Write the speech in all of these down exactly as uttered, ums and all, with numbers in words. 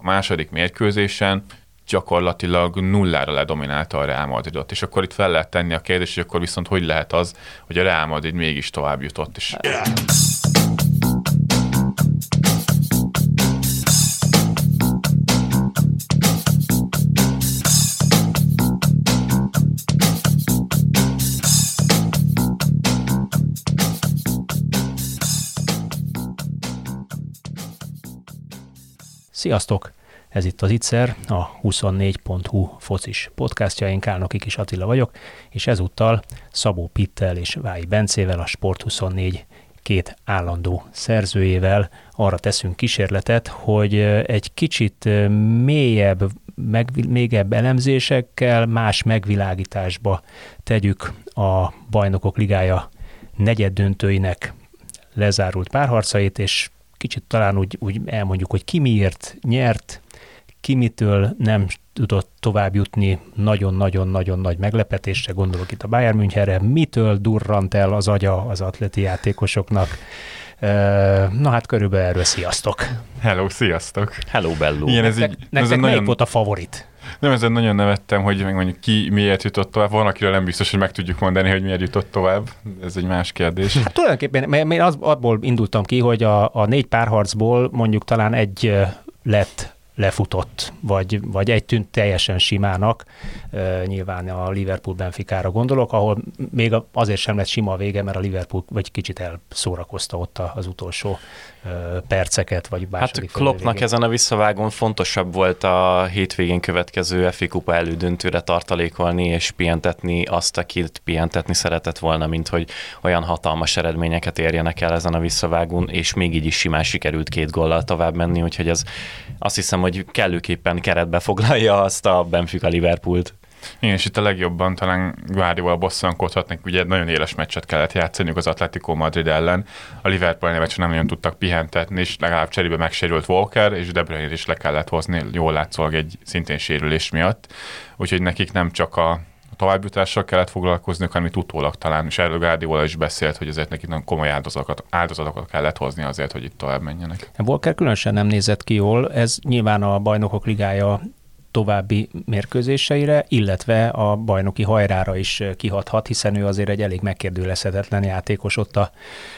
A második mérkőzésen gyakorlatilag nullára ledominálta a Real Madridot, és akkor itt fel lehet tenni a kérdést, hogy akkor viszont hogy lehet az, hogy a Real Madrid mégis tovább jutott is. Yeah. Sziasztok! Ez itt az Ittszer, a huszonnégy pont hu focis podcastja, én Kálnoki Kis Attila vagyok, és ezúttal Szabó Pittel és Vályi Bencével, a Sport huszonnégy két állandó szerzőjével arra teszünk kísérletet, hogy egy kicsit mélyebb, meg, mélyebb elemzésekkel, más megvilágításba tegyük a Bajnokok Ligája negyeddöntőinek lezárult párharcait, és kicsit talán úgy, úgy elmondjuk, hogy ki miért nyert, ki mitől nem tudott tovább jutni nagyon-nagyon-nagyon nagy meglepetésre, gondolok itt a Bayern Münchenre, mitől durrant el az agya az atleti játékosoknak. Na hát körülbelül erről sziasztok! Hello, sziasztok! Hello, bello! Igen, ez nektek így, nektek melyik nagyon... volt a favorit? Nem, ezen nagyon nevettem, hogy mondjuk ki miért jutott tovább. Van, akiről nem biztos, hogy meg tudjuk mondani, hogy miért jutott tovább. Ez egy más kérdés. Hát tulajdonképpen én az, abból indultam ki, hogy a, a négy párharcból mondjuk talán egy lett lefutott, vagy, vagy egy tűnt teljesen simának. Uh, nyilván a Liverpool-Benficára gondolok, ahol még azért sem lett sima a vége, mert a Liverpool vagy kicsit elszórakozta ott az utolsó uh, perceket, vagy második. Hát Kloppnak ezen a visszavágón fontosabb volt a hétvégén következő ef á kupa elődöntőre tartalékolni és pihentetni azt, akit pihentetni szeretett volna, mint hogy olyan hatalmas eredményeket érjenek el ezen a visszavágón, és még így is simán sikerült két góllal tovább menni, úgyhogy ez azt hiszem, hogy kellőképpen keretbe foglalja azt a Benfica Liverpoolt. Igen, és itt a legjobban talán Guardiola bosszankodhatnak, ugye nagyon éles meccset kellett játszaniuk az Atletico Madrid ellen. A Liverpool meccsen nem nagyon tudtak pihentetni, és legalább cserébe megsérült Walker, és De Bruyne is le kellett hozni, jól látszólag egy szintén sérülés miatt. Úgyhogy nekik nem csak a továbbjutással kellett foglalkozniuk, hanem itt utólag talán, és erről Guardiola is beszélt, hogy ezért nekik nagyon komoly áldozatokat, áldozatokat kellett hozni azért, hogy itt tovább menjenek. Walker különösen nem nézett ki jól, ez nyilván a Bajnokok Ligája további mérkőzéseire, illetve a bajnoki hajrára is kihathat, hiszen ő azért egy elég megkérdőjelezhetetlen játékos ott a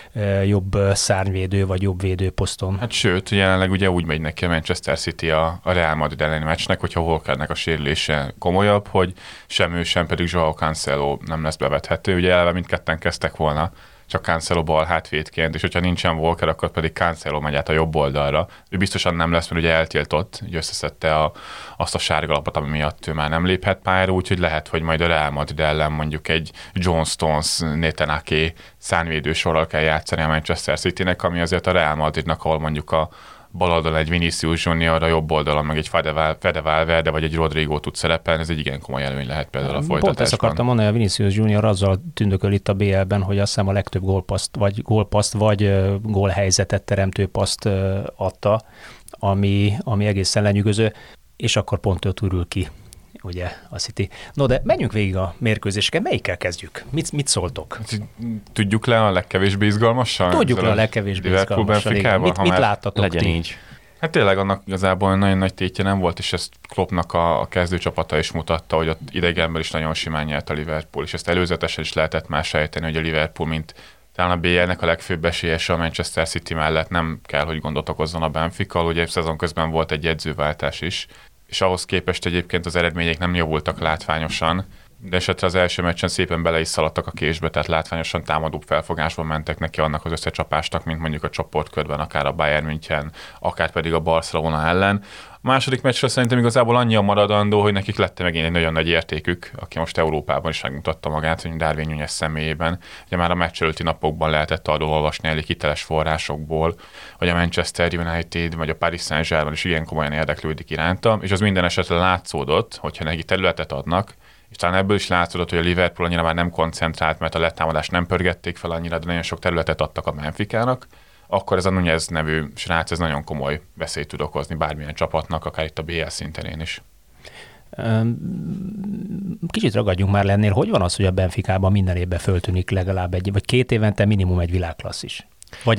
jobb szárnyvédő vagy jobb védőposzton. Hát sőt, jelenleg ugye úgy megy neki a Manchester City a, a Real Madrid elleni meccsnek, hogyha Walkernek a sérülése komolyabb, hogy sem ő, sem pedig Joao Cancelo nem lesz bevethető. Ugye elve mindketten kezdtek volna, csak Cancelo bal hátvédként, és hogyha nincsen Walker, akkor pedig Cancelo megy át a jobb oldalra. Ő biztosan nem lesz, mert ugye eltiltott, hogy összeszedte a, azt a sárgalapot, ami miatt ő már nem léphet pályára, úgyhogy lehet, hogy majd a Real Madrid ellen mondjuk egy John Stones, Nathan Ake szárnyvédő sorral kell játszani a Manchester Citynek, ami azért a Real Madridnak, ahol mondjuk a bal oldalon egy Vinicius Junior, a jobb oldalon meg egy Fede Valverde vagy egy Rodrigo tud szerepelni, ez egy igen komoly előny lehet például a folytatásban. Pont ezt akartam mondani, a Vinicius Junior azzal tündököl itt a bé el-ben, hogy azt hiszem a legtöbb gólpaszt vagy, gólpaszt, vagy gólhelyzetet teremtő paszt adta, ami, ami egészen lenyűgöző, és akkor pont őt ürül ki, ugye, a City. No, de menjünk végig a mérkőzéseken. Melyikkel kezdjük? Mit, mit szóltok? Tudjuk le a legkevésbé izgalmassal? Tudjuk le a legkevésbé izgalmassal. Mit, mit láttatok legyen ti? Így. Hát tényleg annak igazából nagyon nagy tétje nem volt, és ezt Kloppnak a, a kezdőcsapata is mutatta, hogy ott idegenben is nagyon simán nyert a Liverpool, és ezt előzetesen is lehetett más sejteni, hogy a Liverpool, mint talán a bé el-nek a legfőbb esélyese a Manchester City mellett nem kell, hogy gondot okozzon a Benfica, ugye szezon közben volt egy edzőváltás is, és ahhoz képest egyébként az eredmények nem javultak látványosan, de esetre az első meccsen szépen bele is szaladtak a késbe, tehát látványosan támadóbb felfogásban mentek neki annak az összecsapásnak, mint mondjuk a csoportkörben, akár a Bayern München, akár pedig a Barcelona ellen. A második meccsre szerintem igazából annyi a maradandó, hogy nekik lett megint egy nagyon nagy értékük, aki most Európában is megmutatta magát, hogy Darwin Núñez személyében. Ugye már a meccs előtti napokban lehetett arról olvasni elég hiteles forrásokból, hogy a Manchester United vagy a Paris Saint-Germain is ilyen komolyan érdeklődik iránta, és az minden esetre látszódott, hogyha neki területet adnak, és talán ebből is látszódott, hogy a Liverpool annyira már nem koncentrált, mert a letámadást nem pörgették fel annyira, de nagyon sok területet adtak a Benficának, akkor ez a Núñez nevű srác, ez nagyon komoly veszélyt tud okozni bármilyen csapatnak, akár itt a bé el szinterén is. Kicsit ragadjunk már lennél, hogy van az, hogy a Benficában minden évben föltűnik legalább egy, vagy két évente minimum egy világklasszis? Vagy egy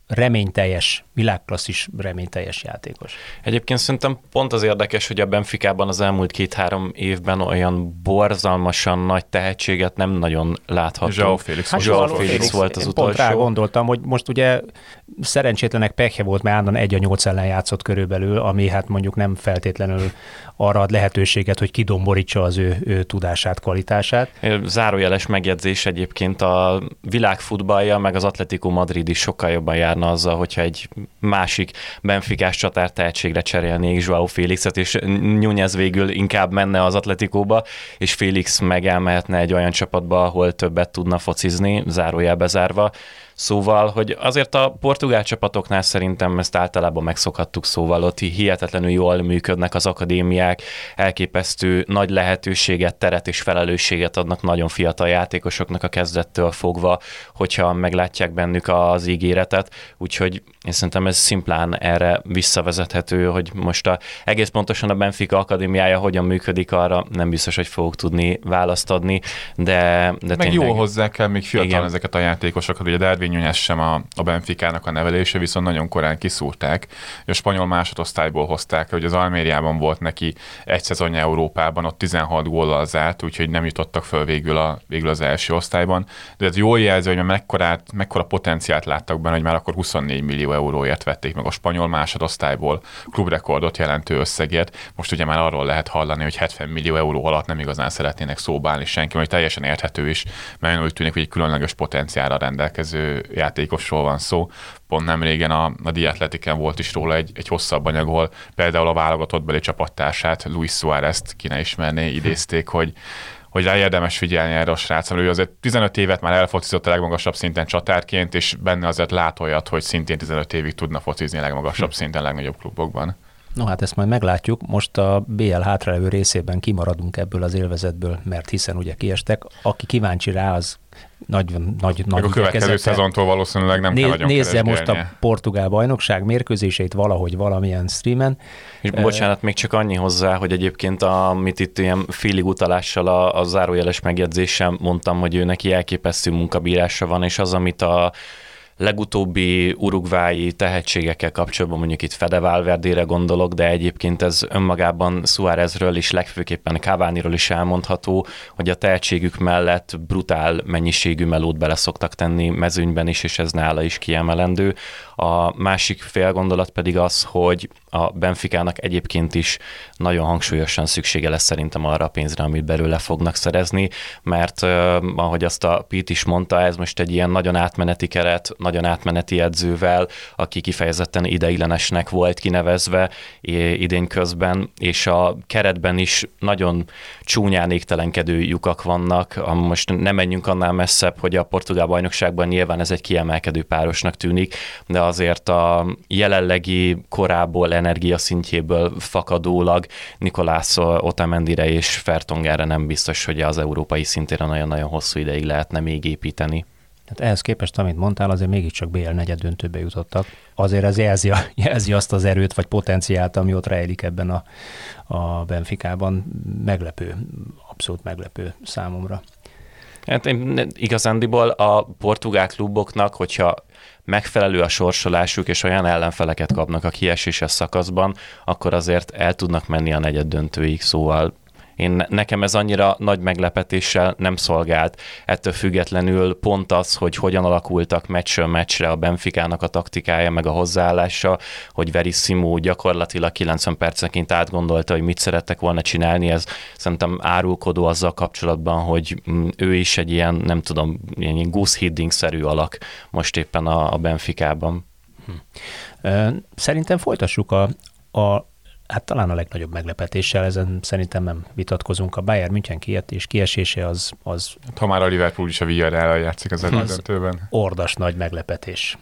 reményteljes, világklasszis reményteljes játékos. Egyébként szerintem pont az érdekes, hogy a Benficában az elmúlt két-három évben olyan borzalmasan nagy tehetséget nem nagyon látható. João Félix, hát João Félix, Félix volt az Én utolsó. Pont rá gondoltam, hogy most ugye szerencsétlenek pekje volt, mert állandóan egy a nyolc ellen játszott körülbelül, ami hát mondjuk nem feltétlenül arra ad lehetőséget, hogy kidomborítsa az ő, ő tudását, kvalitását. Zárójeles megjegyzés egyébként, a világfutballja meg az Atlético Madrid is sokkal jobban járna azzal, hogyha egy másik benficás csatár tehetségre cserélnék João Félixet, és Núñez végül inkább menne az Atléticóba, és Félix meg elmehetne egy olyan csapatba, ahol többet tudna focizni, zárójelbe zárva. Szóval, hogy azért a portugál csapatoknál szerintem ezt általában megszokhattuk, szóval ott hihetetlenül jól működnek az akadémiák, elképesztő nagy lehetőséget, teret és felelősséget adnak nagyon fiatal játékosoknak a kezdettől fogva, hogyha meglátják bennük az ígéretet, úgyhogy én szerintem ez szimplán erre visszavezethető, hogy most a, egész pontosan a Benfica akadémiája hogyan működik, arra nem biztos, hogy fogok tudni választ adni, de, de meg tényleg... jól hozzá kell még fiatal Igen. ezeket a játékosokat, ugye Darwin Núñez sem a, a Benficának a nevelése, viszont nagyon korán kiszúrták. A spanyol másodosztályból hozták, hogy az Almériában volt neki egy szezonja Európában, ott tizenhat góllal zárt, úgyhogy nem jutottak föl végül, a, végül az első osztályban. De ez jól jelzi, hogy mekkorát, mekkora potenciált láttak benne, hogy már akkor huszonnégy millió euróért vették meg a spanyol másodosztályból klubrekordot jelentő összegért. Most ugye már arról lehet hallani, hogy hetven millió euró alatt nem igazán szeretnének szóba állni senki, hogy teljesen érthető is, mert úgy tűnik, hogy egy különleges potenciálra rendelkező játékosról van szó. Pont nem régen a, a The Athleticen volt is róla egy, egy hosszabb anyag, ahol például a válogatottbeli csapattársát, Luis Suárez-t ki ne ismerné, idézték, hogy hogy rá érdemes figyelni erre a srácra. Ő azért tizenöt évet már elfocizott a legmagasabb szinten csatárként, és benne azért lát olyat, hogy szintén tizenöt évig tudna focizni a legmagasabb szinten, a legnagyobb klubokban. No hát ezt majd meglátjuk. Most a bé el hátralevő részében kimaradunk ebből az élvezetből, mert hiszen ugye kiestek. Aki kíváncsi rá, az nagy, nagy, nagy a következő szezontól valószínűleg nem Néz, kell nagyon nézze most a keresgélnie. portugál bajnokság mérkőzéseit valahogy valamilyen streamen. És bocsánat, még csak annyi hozzá, hogy egyébként amit itt ilyen félig utalással a, a zárójeles megjegyzésem mondtam, hogy ő neki elképesztő munkabírása van, és az, amit a legutóbbi urugvái tehetségekkel kapcsolatban, mondjuk itt Fede Valverdére gondolok, de egyébként ez önmagában Suárezről is, legfőképpen Cavaniról is elmondható, hogy a tehetségük mellett brutál mennyiségű melót bele szoktak tenni mezőnyben is, és ez nála is kiemelendő. A másik fél gondolat pedig az, hogy a Benficának egyébként is nagyon hangsúlyosan szüksége lesz szerintem arra a pénzre, amit belőle fognak szerezni, mert uh, ahogy azt a Pete is mondta, ez most egy ilyen nagyon átmeneti keret, nagyon átmeneti edzővel, aki kifejezetten ideiglenesnek volt kinevezve idén közben, és a keretben is nagyon csúnyán égtelenkedő lyukak vannak. Most nem menjünk annál messzebb, hogy a portugál bajnokságban nyilván ez egy kiemelkedő párosnak tűnik, de azért a jelenlegi korából, energiaszintjéből fakadólag Nicolás Otamendi-re és Fertongenre nem biztos, hogy az európai szintére nagyon-nagyon hosszú ideig lehetne még építeni. Tehát ehhez képest, amit mondtál, azért mégiscsak bé el negyed döntőbe jutottak. Azért ez jelzi, jelzi azt az erőt vagy potenciált, ami ott rejlik ebben a, a Benficában. Meglepő, abszolút meglepő számomra. Hát én, igazándiból a portugál kluboknak, hogyha megfelelő a sorsolásuk, és olyan ellenfeleket kapnak a kieséses szakaszban, akkor azért el tudnak menni a negyed döntőig, szóval én, nekem ez annyira nagy meglepetéssel nem szolgált. Ettől függetlenül pont az, hogy hogyan alakultak meccsről meccsre a Benficának a taktikája, meg a hozzáállása, hogy Verissimo gyakorlatilag kilencven percenként átgondolta, hogy mit szerettek volna csinálni, ez szerintem árulkodó azzal kapcsolatban, hogy ő is egy ilyen, nem tudom, ilyen Gus Hiddink-szerű alak most éppen a, a Benficában. Hm. Szerintem folytassuk a, a hát talán a legnagyobb meglepetéssel, ezen szerintem nem vitatkozunk. A Bayern München kiet és kiesése az... az ha már a Liverpool is a Villarreal-al játszik az elődöntőben. Ordas nagy meglepetés.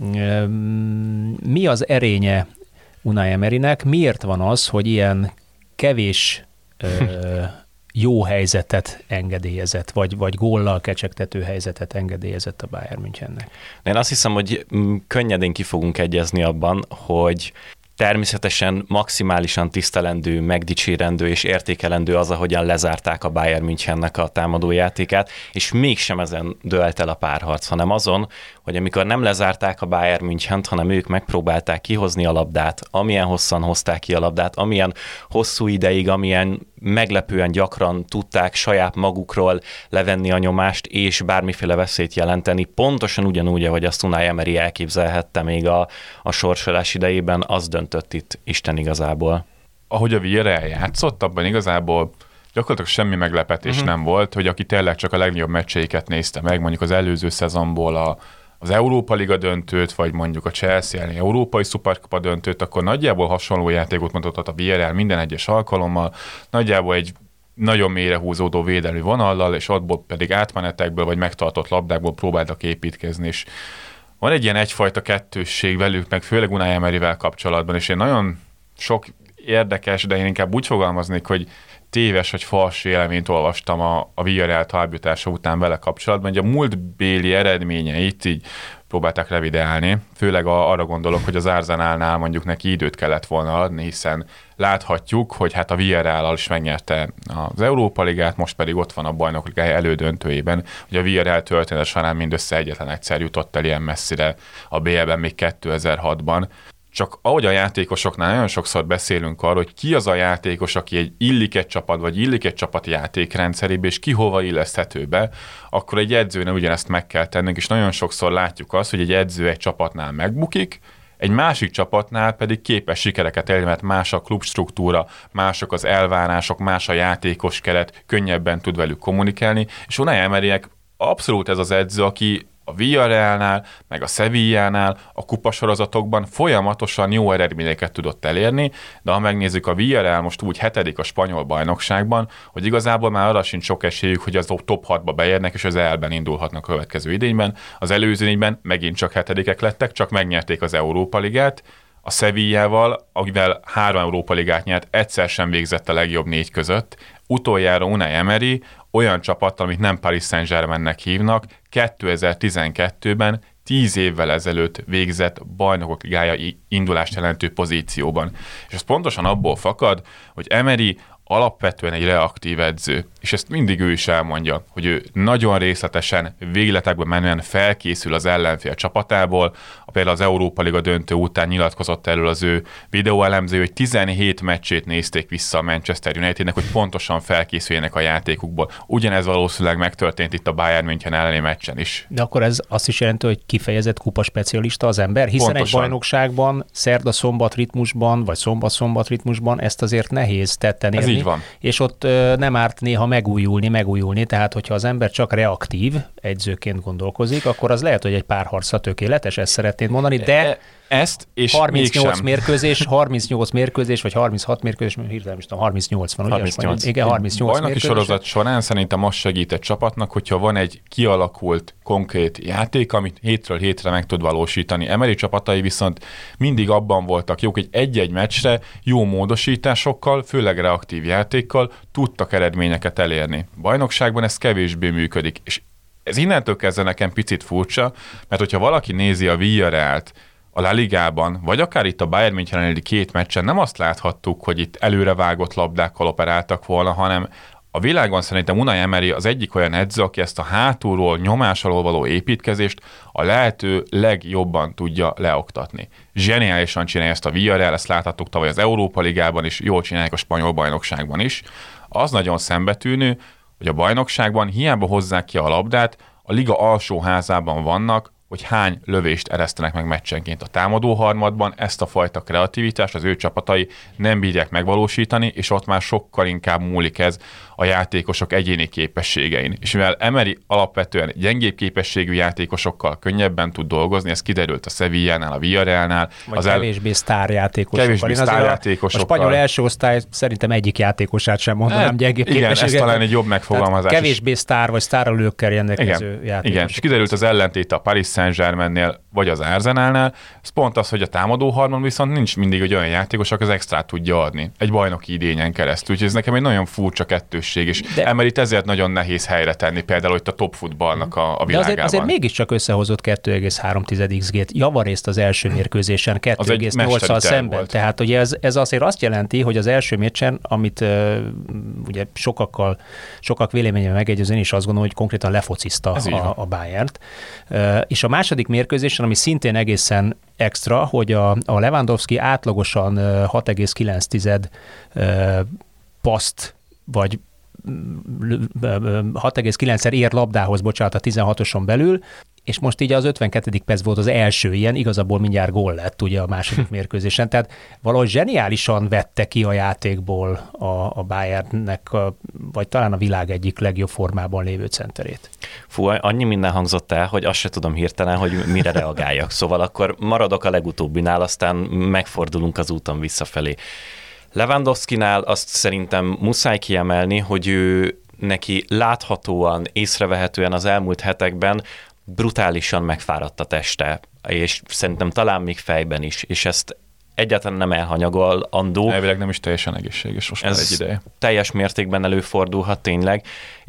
Mi az erénye Unai Emerynek? Miért van az, hogy ilyen kevés jó helyzetet engedélyezett, vagy, vagy góllal kecsegtető helyzetet engedélyezett a Bayern Münchennek? Én azt hiszem, hogy könnyedén ki fogunk egyezni abban, hogy Természetesen maximálisan tisztelendő, megdicsérendő és értékelendő az, ahogyan lezárták a Bayern Münchennek a támadójátékát, és mégsem ezen dőlt el a párharc, hanem azon, hogy amikor nem lezárták a Bayern Münchent, hanem ők megpróbálták kihozni a labdát, amilyen hosszan hozták ki a labdát, amilyen hosszú ideig, amilyen meglepően gyakran tudták saját magukról levenni a nyomást, és bármiféle veszélyt jelenteni, pontosan ugyanúgy, ahogy azt Unai Emery elképzelhette még a, a sorsolás idejében, az döntött itt Isten igazából. Ahogy a Villarreal játszott, abban igazából gyakorlatilag semmi meglepetés uh-huh. nem volt, hogy aki tényleg csak a legnagyobb meccseiket nézte meg, mondjuk az előző szezonból a, az Európa Liga döntőt, vagy mondjuk a Chelsea elleni Európai Szuperkupa döntőt, akkor nagyjából hasonló játékot mutatott a Villarreal minden egyes alkalommal, nagyjából egy nagyon mélyre húzódó védelmi vonallal, és abból pedig átmenetekből, vagy megtartott labdákból próbáltak építkezni, és van egy ilyen egyfajta kettősség velük, meg főleg Unai Emeryvel kapcsolatban, és én nagyon sok érdekes, de én inkább úgy fogalmaznék, hogy téves vagy fals véleményt olvastam a, a Villarreal továbbjutása után vele kapcsolatban, hogy a múltbéli eredményeit így próbálták revideálni. Főleg a, arra gondolok, hogy az Arsenalnál mondjuk neki időt kellett volna adni, hiszen láthatjuk, hogy hát a Villarreal is megnyerte az Európa Ligát, most pedig ott van a Bajnok Ligája elődöntőjében, hogy a Villarreal történet során mindössze egyetlen egyszer jutott el ilyen messzire a bé el-ben még kétezer-hatban. Csak ahogy a játékosoknál nagyon sokszor beszélünk arról, hogy ki az a játékos, aki egy illik egy csapat, vagy illik egy csapat játékrendszerébe, és ki hova illeszthető be, akkor egy edzőnek ugyanezt meg kell tennünk, és nagyon sokszor látjuk azt, hogy egy edző egy csapatnál megbukik, egy másik csapatnál pedig képes sikereket elérni, mert más a klubstruktúra, mások az elvárások, más a játékos keret, könnyebben tud velük kommunikálni, és Unai Emerynek abszolút ez az edző, aki a Villarrealnál, meg a Sevillánál, a kupasorozatokban folyamatosan jó eredményeket tudott elérni, de ha megnézzük, a Villarreal most úgy hetedik a spanyol bajnokságban, hogy igazából már arra sincs sok esélyük, hogy az top hatba beérnek, és az elben indulhatnak a következő idényben. Az előző idényben megint csak hetedikek lettek, csak megnyerték az Európa Ligát, a Sevillával, akivel három Európa Ligát nyert, egyszer sem végzett a legjobb négy között. Utoljára Unai Emery olyan csapattal, amit nem Paris Saint-Germainnek hívnak, kétezer-tizenkettőben tíz évvel ezelőtt végzett Bajnokok Ligája indulást jelentő pozícióban. És ez pontosan abból fakad, hogy Emery alapvetően egy reaktív edző, és ezt mindig ő is elmondja, hogy ő nagyon részletesen, végletekben menően felkészül az ellenfél csapatából. Például az Európa Liga döntő után nyilatkozott erről az ő videóelemző, hogy tizenhét meccsét nézték vissza a Manchester Unitednek, hogy pontosan felkészüljenek a játékukból. Ugyanez valószínűleg megtörtént itt a Bayern München elleni meccsen is. De akkor ez azt is jelenti, hogy kifejezett kupaspecialista az ember, hiszen pontosan. Egy bajnokságban, szerda-szombat ritmusban, vagy szombat-szombat ritmusban ezt azért nehéz tetten érni. Ez így van. És ott ö, nem árt néha megújulni, megújulni, tehát hogyha az ember csak reaktív edzőként gondolkozik, akkor az lehet, hogy egy párharcra tökéletes, ezt szeretnéd mondani, de ezt és harmincnyolc mérkőzés, harmincnyolc mérkőzés, vagy harminchat mérkőzés, hirtelen is tudom, harmincnyolc van, ugye? harmincnyolc. Igen, harmincnyolc Bajnoki mérkőzés. sorozat során szerintem az segít egy csapatnak, hogyha van egy kialakult, konkrét játék, amit hétről hétre meg tud valósítani. Emery csapatai viszont mindig abban voltak jók, hogy egy-egy meccsre jó módosításokkal, főleg reaktív játékkal tudtak eredményeket elérni. Bajnokságban ez kevésbé működik, és ez innentől kezdve nekem picit furcsa, mert hogyha valaki nézi a Villarrealt a La Ligában, vagy akár itt a Bayern München elleni két meccsen, nem azt láthattuk, hogy itt előrevágott labdákkal operáltak volna, hanem a világon szerintem Unai Emery az egyik olyan edző, aki ezt a hátulról, nyomás alól való építkezést a lehető legjobban tudja leoktatni. Zseniálisan csinálja ezt a Villarreal, ezt láthattuk tavaly az Európa Ligában is, jól csinálják a spanyol bajnokságban is. Az nagyon szembetűnő, hogy a bajnokságban hiába hozzák ki a labdát, a liga alsóházában vannak, hogy hány lövést eresztenek meg meccsenként a támadó harmadban, ezt a fajta kreativitást az ő csapatai nem bírják megvalósítani, és ott már sokkal inkább múlik ez a játékosok egyéni képességein. És mivel Emery alapvetően gyengébb képességű játékosokkal könnyebben tud dolgozni, ez kiderült a Sevillánál, a Villarrealnál. Vagy az kevésbé el... sztárjátékosokkal. Kevésbé sztárjátékosokkal. A spanyol első osztály szerintem egyik játékosát sem mondanám hát, gyengébb igen, képességet. ez talán egy jobb megfogalmazás. Kevésbé sztár vagy sztárralőkkel rendelkező játékosok. Igen, és kiderült az ellentét a Paris Saint-Germainnél, vagy az Arsenalnál, ez pont az, hogy a támadó harmon viszont nincs mindig egy olyan játékos, aki az extrát tudja adni, egy bajnoki idényen keresztül. Úgyhogy ez nekem egy nagyon furcsa kettősség, és de... Emeryt ezért nagyon nehéz helyre tenni, például itt a top futballnak a, a világában. De azért, azért mégiscsak összehozott kettő egész három iksz gét, javarészt az első mérkőzésen kettő egész nyolccal szemben. Volt. Tehát ugye ez, ez azért azt jelenti, hogy az első meccsen, amit uh, ugye sokakkal, sokak véleménye megegyezően is azt gondolom, hogy konkrétan lefocizta a, a Bayernt. Uh, és a második mérkőzésen, ami szintén egészen extra, hogy a, a Lewandowski átlagosan uh, hat egész kilenc uh, paszt, vagy hat egész kilencszer ér labdához, bocsánat, a tizenhatoson belül, és most így az ötvenkettedik perc volt az első ilyen, igazából mindjárt gól lett ugye a második mérkőzésen, tehát valahogy zseniálisan vette ki a játékból a, a Bayernnek, a, vagy talán a világ egyik legjobb formában lévő centerét. Fú, annyi minden hangzott el, hogy azt se tudom hirtelen, hogy mire reagáljak. Szóval akkor maradok a legutóbbinál, aztán megfordulunk az úton visszafelé. Lewandowskinál azt szerintem muszáj kiemelni, hogy ő neki láthatóan, észrevehetően az elmúlt hetekben brutálisan megfáradt a teste, és szerintem talán még fejben is, és ezt egyáltalán nem elhanyagolandó. Elvileg nem is teljesen egészséges most ez már egy ideje. Teljes mértékben előfordulhat tényleg,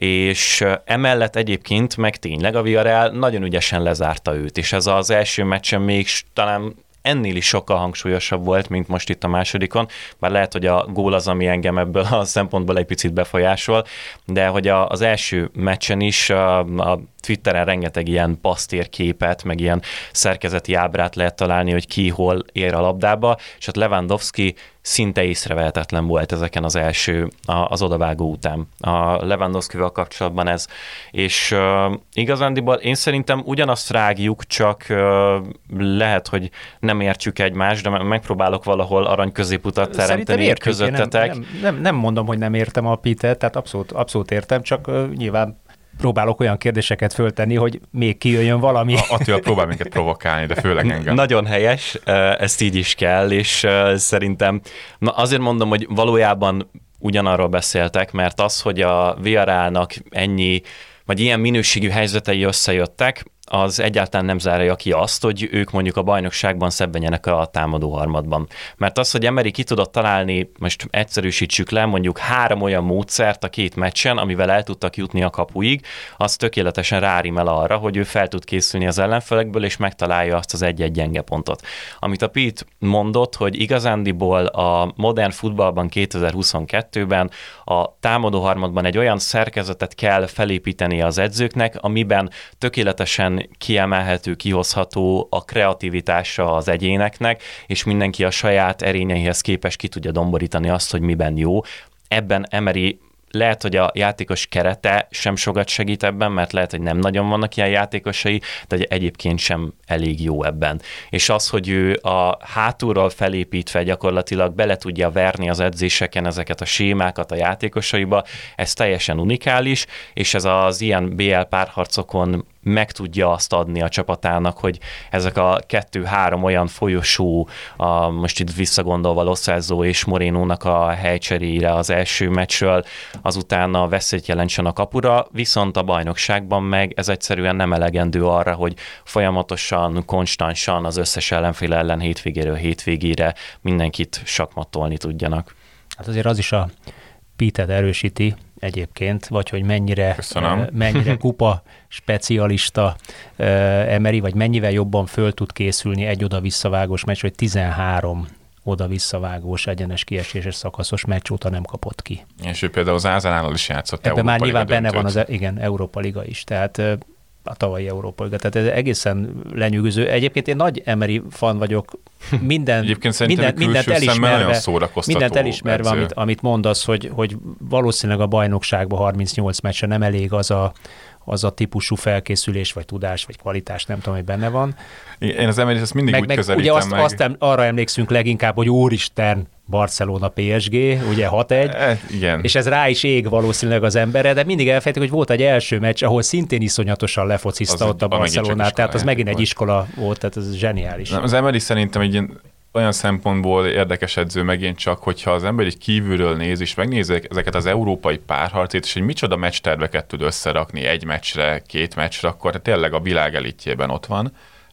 és emellett egyébként meg tényleg a Villarreal nagyon ügyesen lezárta őt, és ez az első meccsen még talán ennél is sokkal hangsúlyosabb volt, mint most itt a másodikon, bár lehet, hogy a gól az, ami engem ebből a szempontból egy picit befolyásol, de hogy a, az első meccsen is a, a Twitteren rengeteg ilyen pasztérképet, meg ilyen szerkezeti ábrát lehet találni, hogy ki hol ér a labdába, és ott Lewandowski szinte észrevehetetlen volt ezeken az első, az odavágó után. A Lewandowskival kapcsolatban ez. És uh, igazándiból én szerintem ugyanazt rágjuk, csak uh, lehet, hogy nem értjük egymást, de megpróbálok valahol arany középutat teremteni közöttetek. Nem, nem, nem, nem mondom, hogy nem értem a Pitet, tehát abszolút, abszolút értem, csak uh, nyilván próbálok olyan kérdéseket föltenni, hogy még kijöjjön valami. Attila próbál minket provokálni, de főleg engem. Nagyon helyes, ezt így is kell, és szerintem na azért mondom, hogy valójában ugyanarról beszéltek, mert az, hogy a Villarrealnak ennyi, vagy ilyen minőségű helyzetei összejöttek, az egyáltalán nem zárja ki azt, hogy ők mondjuk a bajnokságban szebbenjenek a támadó harmadban. Mert az, hogy Emery ki tudott találni, most egyszerűsítsük le, mondjuk három olyan módszert a két meccsen, amivel el tudtak jutni a kapuig, az tökéletesen rárímel arra, hogy ő fel tud készülni az ellenfelekből, és megtalálja azt az egy-egy gyenge pontot. Amit a Pete mondott, hogy igazándiból a modern futballban kétezer-huszonkettőben a támadó harmadban egy olyan szerkezetet kell felépíteni az edzőknek, amiben tökéletesen kiemelhető, kihozható a kreativitása az egyéneknek, és mindenki a saját erényeihez képest ki tudja domborítani azt, hogy miben jó. Ebben Emery lehet, hogy a játékos kerete sem sokat segít ebben, mert lehet, hogy nem nagyon vannak ilyen játékosai, de egyébként sem elég jó ebben. És az, hogy ő a hátulról felépítve gyakorlatilag bele tudja verni az edzéseken ezeket a sémákat a játékosaiba, ez teljesen unikális, és ez az ilyen bé el párharcokon meg tudja azt adni a csapatának, hogy ezek a kettő-három olyan folyosó, a, most itt visszagondolva Lo Celso és Morénónak a helycseréjére az első meccsről, azután a veszélyt jelentsen a kapura, viszont a bajnokságban meg ez egyszerűen nem elegendő arra, hogy folyamatosan, konstansan az összes ellenfél ellen hétvégéről hétvégére mindenkit sakmatolni tudjanak. Hát azért az is a Pitet erősíti egyébként, vagy hogy mennyire, Köszönöm. mennyire kupa specialista Emery, vagy mennyivel jobban föl tud készülni egy oda-visszavágós meccs, hogy tizenhárom oda-visszavágós, egyenes kieséses szakaszos meccs óta nem kapott ki. És ő például az Arsenállal is játszott. Ebben már nyilván benne van az igen, Európa Liga is, tehát a tavalyi Európa Liga, tehát ez egészen lenyűgöző. Egyébként én nagy Emery fan vagyok, minden, minden, mindent elismerve, mindent elismerve amit, amit mondasz, hogy, hogy valószínűleg a bajnokságban harmincnyolc meccsen nem elég az a, az a típusú felkészülés, vagy tudás, vagy kvalitás, nem tudom, hogy benne van. Én az Emeryt ezt mindig meg, úgy meg, közelítem ugye azt, meg. azt arra emlékszünk leginkább, hogy úristen, Barcelona pé es gé, ugye hat egy, e, igen. És ez rá is ég valószínűleg az emberre, de mindig elfejtik, hogy volt egy első meccs, ahol szintén iszonyatosan lefocizta az ott a Barcelonát, tehát az megint egy iskola volt, tehát ez zseniális. Nem, az Emery szerintem egy ilyen olyan szempontból érdekes edző megint csak, hogyha az ember így kívülről néz, és megnézi ezeket az európai párharcét, és hogy micsoda meccsterveket tud összerakni egy meccsre, két meccsre, akkor tényleg a világ elitjében ott van.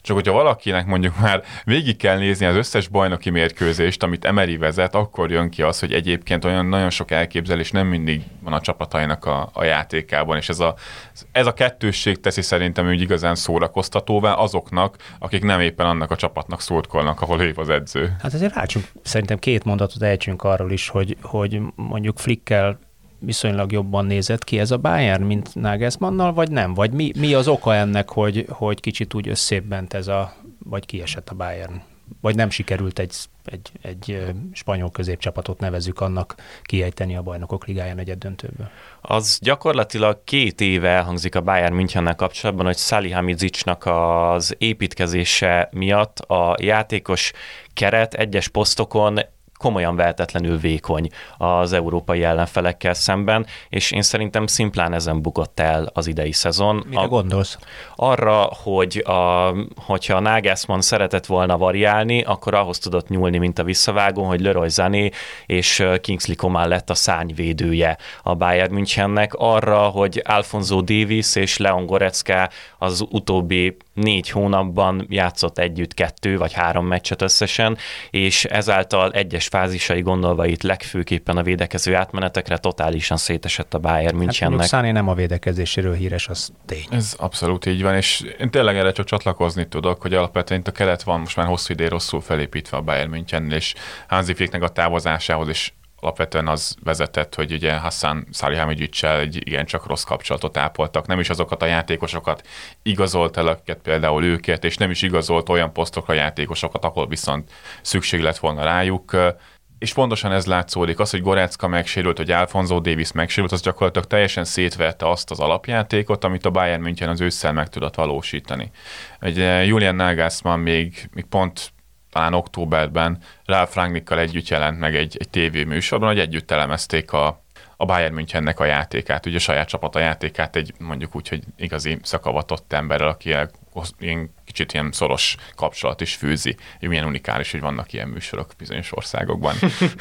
Csak hogyha valakinek mondjuk már végig kell nézni az összes bajnoki mérkőzést, amit Emery vezet, akkor jön ki az, hogy egyébként olyan nagyon sok elképzelés nem mindig van a csapatainak a, a játékában, és ez a, ez a kettősség teszi szerintem úgy igazán szórakoztatóvá azoknak, akik nem éppen annak a csapatnak szurkolnak, ahol év az edző. Hát azért rácsunk, szerintem két mondatot ejtsünk arról is, hogy, hogy mondjuk Flickkel viszonylag jobban nézett ki ez a Bayern, mint Nagelsmannnal, vagy nem? Vagy mi, mi az oka ennek, hogy, hogy kicsit úgy összébb ment ez a, vagy kiesett a Bayern? Vagy nem sikerült egy, egy, egy spanyol középcsapatot, nevezzük annak, kiejteni a Bajnokok Ligája negyeddöntőből? Az gyakorlatilag két éve elhangzik a Bayern Münchennel kapcsolatban, hogy Salihamidzicnak az építkezése miatt a játékos keret egyes posztokon komolyan vehetetlenül vékony az európai ellenfelekkel szemben, és én szerintem szimplán ezen bukott el az idei szezon. Mire a, gondolsz? Arra, hogy a, hogyha a Nagelsmann szeretett volna variálni, akkor ahhoz tudott nyúlni, mint a visszavágó, hogy Leroy Sané és Kingsley Coman lett a szárnyvédője a Bayern Münchennek. Arra, hogy Alphonso Davies és Leon Goretzka az utóbbi négy hónapban játszott együtt kettő vagy három meccset összesen, és ezáltal egyes fázisai gondolva itt legfőképpen a védekező átmenetekre totálisan szétesett a Bayern Münchennek. Hát Sané nem a védekezéséről híres, az tény. Ez abszolút így van, és én tényleg erre csak csatlakozni tudok, hogy alapvetően itt a keret van most már hosszú ideje rosszul felépítve a Bayern Münchennél, és Hansi Flicknek a távozásához is alapvetően az vezetett, hogy ugye Hassan Salihamidzsiccel egy igencsak rossz kapcsolatot ápoltak, nem is azokat a játékosokat igazolt el, akiket például őket, és nem is igazolt olyan posztokra játékosokat, ahol viszont szükség lett volna rájuk. És pontosan ez látszódik, az, hogy Goretzka megsérült, hogy Alphonso Davies megsérült, az gyakorlatilag teljesen szétverte azt az alapjátékot, amit a Bayern München az ősszel meg tudott valósítani. Ugye Julian Nagelsmann még, még pont talán októberben Ralf Rangnickkal együtt jelent meg egy, egy tévéműsorban, hogy együtt elemezték a, a Bayern Münchennek a játékát, ugye a saját csapata játékát egy mondjuk úgy, hogy igazi szakavatott emberrel, aki ilyen kicsit ilyen szoros kapcsolat is fűzi. Milyen unikális, hogy vannak ilyen műsorok bizonyos országokban.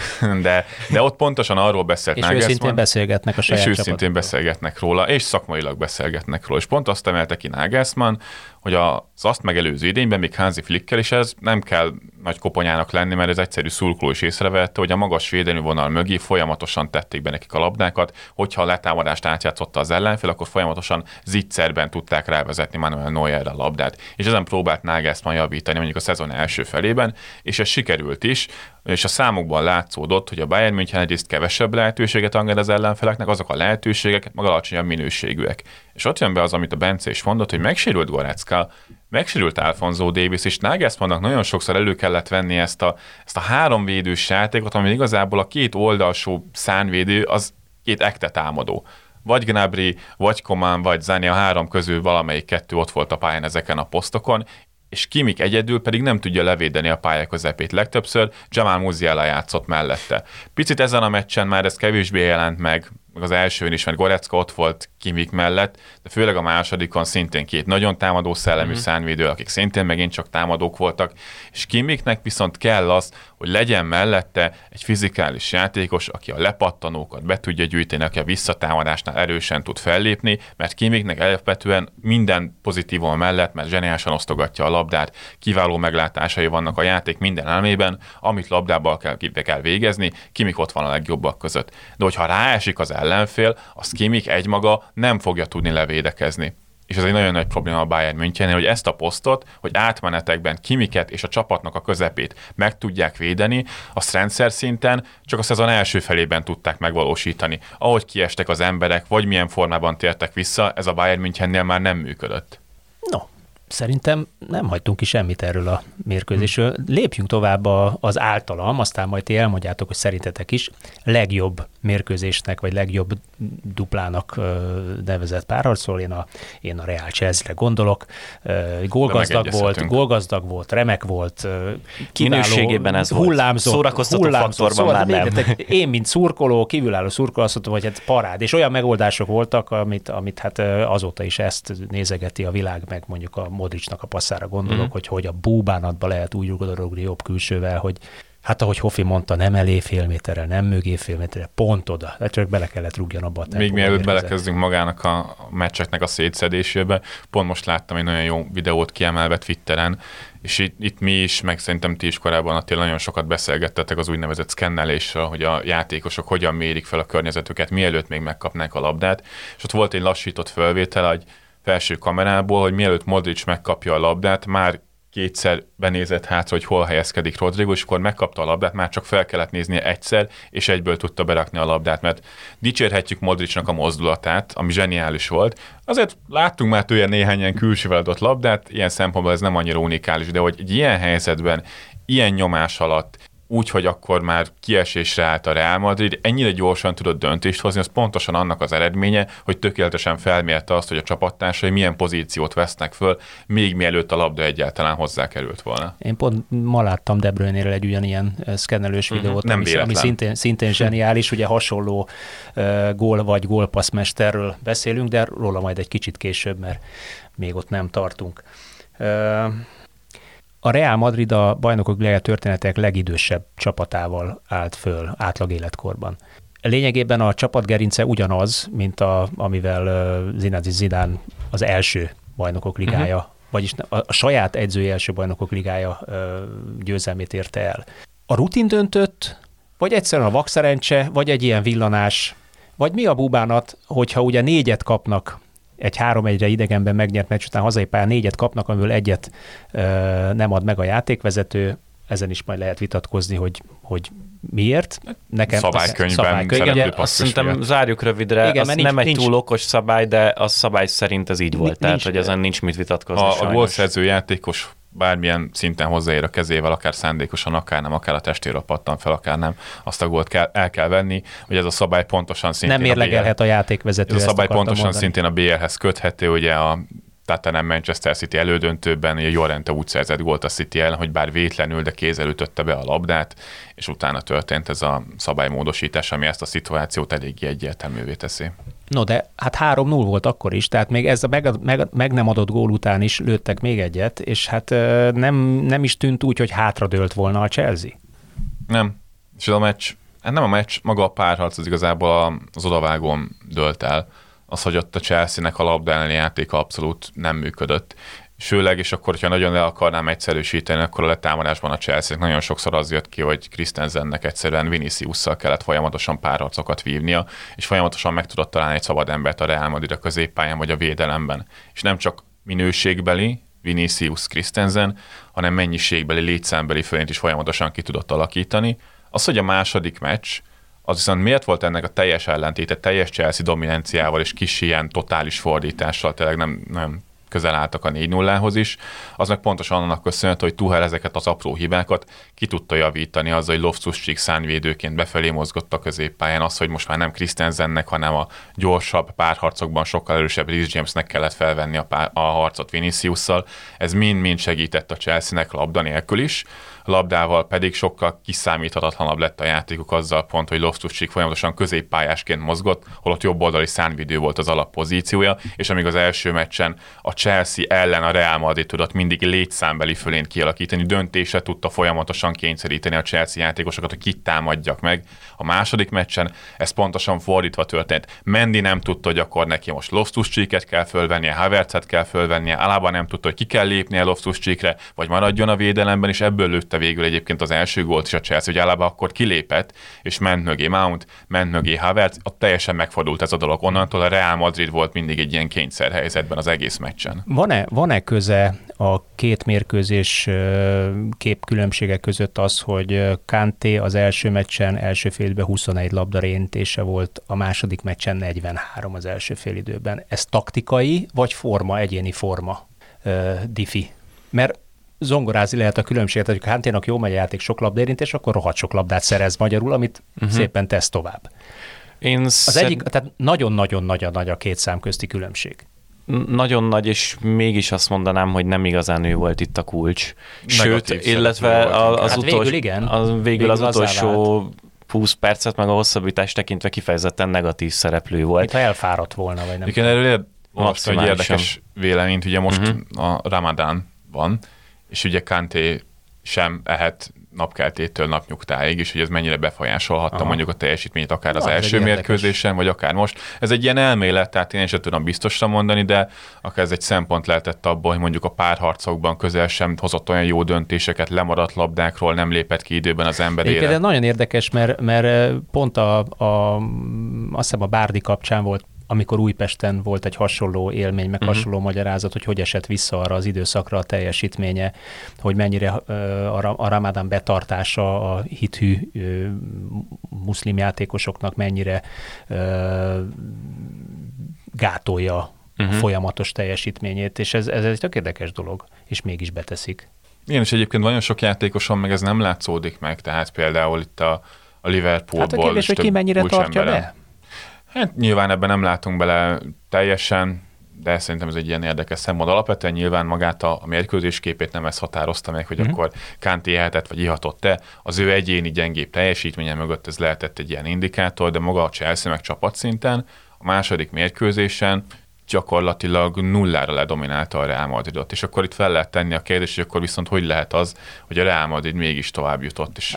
de, de ott pontosan arról beszélt és Nagelsmann. És őszintén beszélgetnek a saját És őszintén beszélgetnek róla, és szakmailag beszélgetnek róla. És pont azt emelte ki Nagelsmann, hogy az azt megelőző idényben, még Hansi Flickkel is ez nem kell nagy koponyának lenni, mert ez egyszerű szurkoló is észrevette, hogy a magas védelmi vonal mögé folyamatosan tették be nekik a labdákat, hogyha a letámadást átjátszotta az ellenfél, akkor folyamatosan zicserben tudták rávezetni Manuel Neuerre a labdát. És ezen próbált Nagelsmann javítani mondjuk a szezon első felében, és ez sikerült is, és a számokban látszódott, hogy a Bayern München egyrészt kevesebb lehetőséget enged az ellenfeleknek, azok a lehetőségek meg alacsonyabb minőségűek. És ott jön be az, amit a Bence is mondott, hogy megsérült Goretzka, megsérült Alphonso Davies, és Nagelsmannnak nagyon sokszor elő kellett venni ezt a, ezt a három védős játékot, ami igazából a két oldalsó szárnyvédő, az két ekte támadó. Vagy Gnabry, vagy Coman, vagy Sané, a három közül valamelyik kettő ott volt a pályán ezeken a posztokon, és Kimmich egyedül pedig nem tudja levédeni a pálya közepét. Legtöbbször Jamal Musiala játszott mellette. Picit ezen a meccsen már ez kevésbé jelent meg, meg az elsőn is, mert Goretzka ott volt Kimmich mellett, de főleg a másodikon szintén két nagyon támadó szellemű mm-hmm. szárnyvédő, akik szintén megint csak támadók voltak, és Kimmichnek viszont kell az, hogy legyen mellette egy fizikális játékos, aki a lepattanókat be tudja gyűjteni, aki a visszatámadásnál erősen tud fellépni, mert Kimmichnek alapvetően minden pozitívum mellett, mert zseniálisan osztogatja a labdát, kiváló meglátásai vannak a játék minden elmében, amit labdábbal kell, kell végezni, Kimmich ott van a legjobbak között. De hogyha ráesik az ellenfél, az Kimmich egymaga nem fogja tudni levédekezni. És ez egy nagyon nagy probléma a Bayern Münchennél, hogy ezt a posztot, hogy átmenetekben Kimmichet és a csapatnak a közepét meg tudják védeni, azt rendszer szinten csak a szezon első felében tudták megvalósítani. Ahogy kiestek az emberek, vagy milyen formában tértek vissza, ez a Bayern Münchennél már nem működött. No, szerintem nem hagytunk ki semmit erről a mérkőzésről. Lépjünk tovább az általam, aztán majd ti elmondjátok, hogy szerintetek is legjobb mérkőzésnek, vagy legjobb duplának nevezett párharcról. Én a, én a Real Chelsea-re gondolok. Gólgazdag volt, gólgazdag volt, remek volt, minőségében ez hullámzott, szórakoztató faktorban szóval már nem. Én, mint szurkoló, kívülálló szurkoló, azt mondtam, hogy hát parád. És olyan megoldások voltak, amit, amit hát azóta is ezt nézegeti a világ, meg mondjuk a Modricnak a passzára gondolok, mm. hogy hogy a búbánatba lehet úgy ugrani jobb külsővel, hogy Hát ahogy Hofi mondta, nem elé fél méterrel, nem mögé fél méterrel, pont oda. De csak bele kellett rúgjon abba a tempóba. Még mielőtt belekezdünk magának a meccseknek a szétszedésébe, pont most láttam egy nagyon jó videót kiemelve Twitteren, és itt, itt mi is, meg szerintem ti is korábban Attila nagyon sokat beszélgettetek az úgynevezett szkennelésről, hogy a játékosok hogyan mérik fel a környezetüket, mielőtt még megkapnák a labdát. És ott volt egy lassított felvétel egy felső kamerából, hogy mielőtt Modric megkapja a labdát, már kétszer benézett hátra, hogy hol helyezkedik Rodrigo, és akkor megkapta a labdát, már csak fel kellett néznie egyszer, és egyből tudta berakni a labdát, mert dicsérhetjük Modricnak a mozdulatát, ami zseniális volt. Azért láttunk már tőle néhány ilyen külsővel adott labdát, ilyen szempontból ez nem annyira unikális, de hogy egy ilyen helyzetben, ilyen nyomás alatt, úgy, hogy akkor már kiesésre állt a Real Madrid, ennyire gyorsan tudott döntést hozni, az pontosan annak az eredménye, hogy tökéletesen felmérte azt, hogy a csapattársai milyen pozíciót vesznek föl, még mielőtt a labda egyáltalán hozzákerült volna. Én pont ma láttam De Bruyne-ről egy ugyanilyen szkennelős videót, Nem ami, ami szintén, szintén zseniális, ugye hasonló uh, gól vagy gólpasszmesterről beszélünk, de róla majd egy kicsit később, mert még ott nem tartunk. Uh, A Real Madrid a Bajnokok Ligája történetek legidősebb csapatával állt föl átlag életkorban. Lényegében a csapatgerince ugyanaz, mint a, amivel uh, Zinedine Zidane az első Bajnokok Ligája, uh-huh. vagyis a, a saját edzői első Bajnokok Ligája uh, győzelmét érte el. A rutin döntött, vagy egyszerűen a vakszerencse, vagy egy ilyen villanás, vagy mi a bubánat, hogyha ugye négyet kapnak egy három egyre idegenben megnyert meccs után hazai pályán négyet kapnak, amiből egyet ö, nem ad meg a játékvezető, ezen is majd lehet vitatkozni, hogy, hogy miért. Nekem szabálykönyvben szabálykönyv. Igen, azt szerintem zárjuk rövidre, igen, az nincs, nem egy nincs, túl okos szabály, de a szabály szerint ez így volt, nincs, tehát hogy ezen nincs mit vitatkozni. A, a gólszerző játékos bármilyen szinten hozzáér a kezével, akár szándékosan, akár nem, akár a testére pattan fel, akár nem, azt a gólt kell, el kell venni, hogy ez a szabály pontosan szintén nem mérlegelhet a, a játékvezető. Ez a szabály pontosan mondani. Szintén a bé el-hez köthető, ugye a Tottenham Manchester City elődöntőben, ugye Llorente úgy szerzett gólt a City ellen, hogy bár vétlenül, de kézzel ütötte be a labdát, és utána történt ez a szabálymódosítás, ami ezt a szituációt eléggé egyértelművé teszi. No, de hát három null volt akkor is, tehát még ez a meg, meg, meg nem adott gól után is lőttek még egyet, és hát nem, nem is tűnt úgy, hogy hátradőlt volna a Chelsea. Nem, és a meccs, hát nem a meccs, maga a párharc az igazából az odavágón dőlt el. Az, hogy ott a Chelsea-nek a labda elleni játéka abszolút nem működött. Sőleg, és akkor, hogyha nagyon le akarnám egyszerűsíteni, akkor a letámadásban a Chelsea-nek nagyon sokszor az jött ki, hogy Christensennek egyszerűen Viniciusszal kellett folyamatosan párharcokat vívnia, és folyamatosan meg tudott találni egy szabad embert a Real Madrid a középpályán vagy a védelemben. És nem csak minőségbeli, Vinicius Christensen, hanem mennyiségbeli, létszámbeli fölényt is folyamatosan ki tudott alakítani. Az, hogy a második meccs, az viszont miért volt ennek a teljes ellentéte, teljes Chelsea dominanciával és kis ilyen totális fordítással, tényleg nem, nem közel álltak a négy nullához is, az meg pontosan annak köszönhető, hogy Tuchel ezeket az apró hibákat ki tudta javítani azzal, hogy Loftus-Cheek szárnyvédőként befelé mozgott a középpályán, az, hogy most már nem Christensennek, hanem a gyorsabb párharcokban sokkal erősebb Reece Jamesnek kellett felvenni a, pár, a harcot Viniciusszal, ez mind-mind segített a Chelsea-nek labda nélkül is, labdával pedig sokkal kiszámíthatatlanabb lett a játékuk azzal pont, hogy Loftus-Cheek folyamatosan középpályásként mozgott, holott jobboldali szárnyvédő volt az alappozíciója, és amíg az első meccsen a Chelsea ellen a Real Madrid tudott mindig létszámbeli fölényt kialakítani, döntése tudta folyamatosan kényszeríteni a Chelsea játékosokat, hogy kit támadjak meg. A második meccsen ez pontosan fordítva történt. Mendy nem tudta, hogy akkor neki most Loftus-Cheeket kell fölvennie, Havertzet kell fölvennie, Alaba nem tudta, hogy ki kell lépnie Loftus-Cheekre, vagy maradjon a védelemben, és ebből lőtte végül egyébként az első gólt is a Chelsea, hogy Alaba akkor kilépett, és ment mögé Mount, ment mögé Havertz, ott teljesen megfordult ez a dolog. Onnantól a Real Madrid volt mindig egy ilyen kényszerhelyzetben az egész meccsen. Van-e, van-e köze a két mérkőzés képkülönbségek között az, hogy Kanté az első meccsen első félidőben huszonegy labda réintése volt, a második meccsen negyvenhárom az első félidőben. Ez taktikai vagy forma, egyéni forma, uh, diffi? Mert zongorázni lehet a különbséget, hogy Kanténak jó megy a játék, sok labdaérintés, akkor rohadt sok labdát szerez magyarul, amit uh-huh. szépen tesz tovább. Én az szer... egyik, tehát nagyon-nagyon-nagyon nagy a két szám közti különbség. Nagyon nagy, és mégis azt mondanám, hogy nem igazán ő volt itt a kulcs. Sőt, illetve az, az, hát utolsó, végül, igen. az, végül, végül az utolsó húsz percet, meg a hosszabbítást tekintve kifejezetten negatív szereplő volt. Mintha elfáradt volna, vagy nem. Igen, erről olvastam egy érdekes véleményt, ugye most uh-huh. a Ramadán van, és ugye Kanté sem ehet napkeltétől napnyugtáig, és hogy ez mennyire befolyásolhatta Aha. mondjuk a teljesítményt akár az Na, első mérkőzésen, vagy akár most. Ez egy ilyen elmélet, tehát én sem tudom biztosra mondani, de akár ez egy szempont lehetett abban, hogy mondjuk a párharcokban közel sem hozott olyan jó döntéseket, lemaradt labdákról, nem lépett ki időben az emberére. De nagyon érdekes, mert, mert pont a, a, azt hiszem a Bárdi kapcsán volt, amikor Újpesten volt egy hasonló élmény, meg uh-huh. hasonló magyarázat, hogy hogy esett vissza arra az időszakra a teljesítménye, hogy mennyire a Ramadán betartása a hithű muszlim játékosoknak mennyire gátolja uh-huh. a folyamatos teljesítményét, és ez, ez egy tök érdekes dolog, és mégis beteszik. Igen, és egyébként nagyon sok játékoson meg ez nem látszódik meg, tehát például itt a, a Liverpoolból. Hát a kérdés, hogy ki mennyire tartja be? Hát nyilván ebben nem látunk bele teljesen, de szerintem ez egy ilyen érdekes szempont. Alapvetően nyilván magát a, a mérkőzés képét nem ez határozta meg, hogy mm-hmm. akkor Kanté éhetett vagy ihatott-e. Az ő egyéni gyengébb teljesítménye mögött ez lehetett egy ilyen indikátor, de maga a Chelsea meg csapatszinten a második mérkőzésen gyakorlatilag nullára ledominálta a Real Madridot. És akkor itt fel lehet tenni a kérdést, hogy akkor viszont hogy lehet az, hogy a Real Madrid mégis tovább jutott. És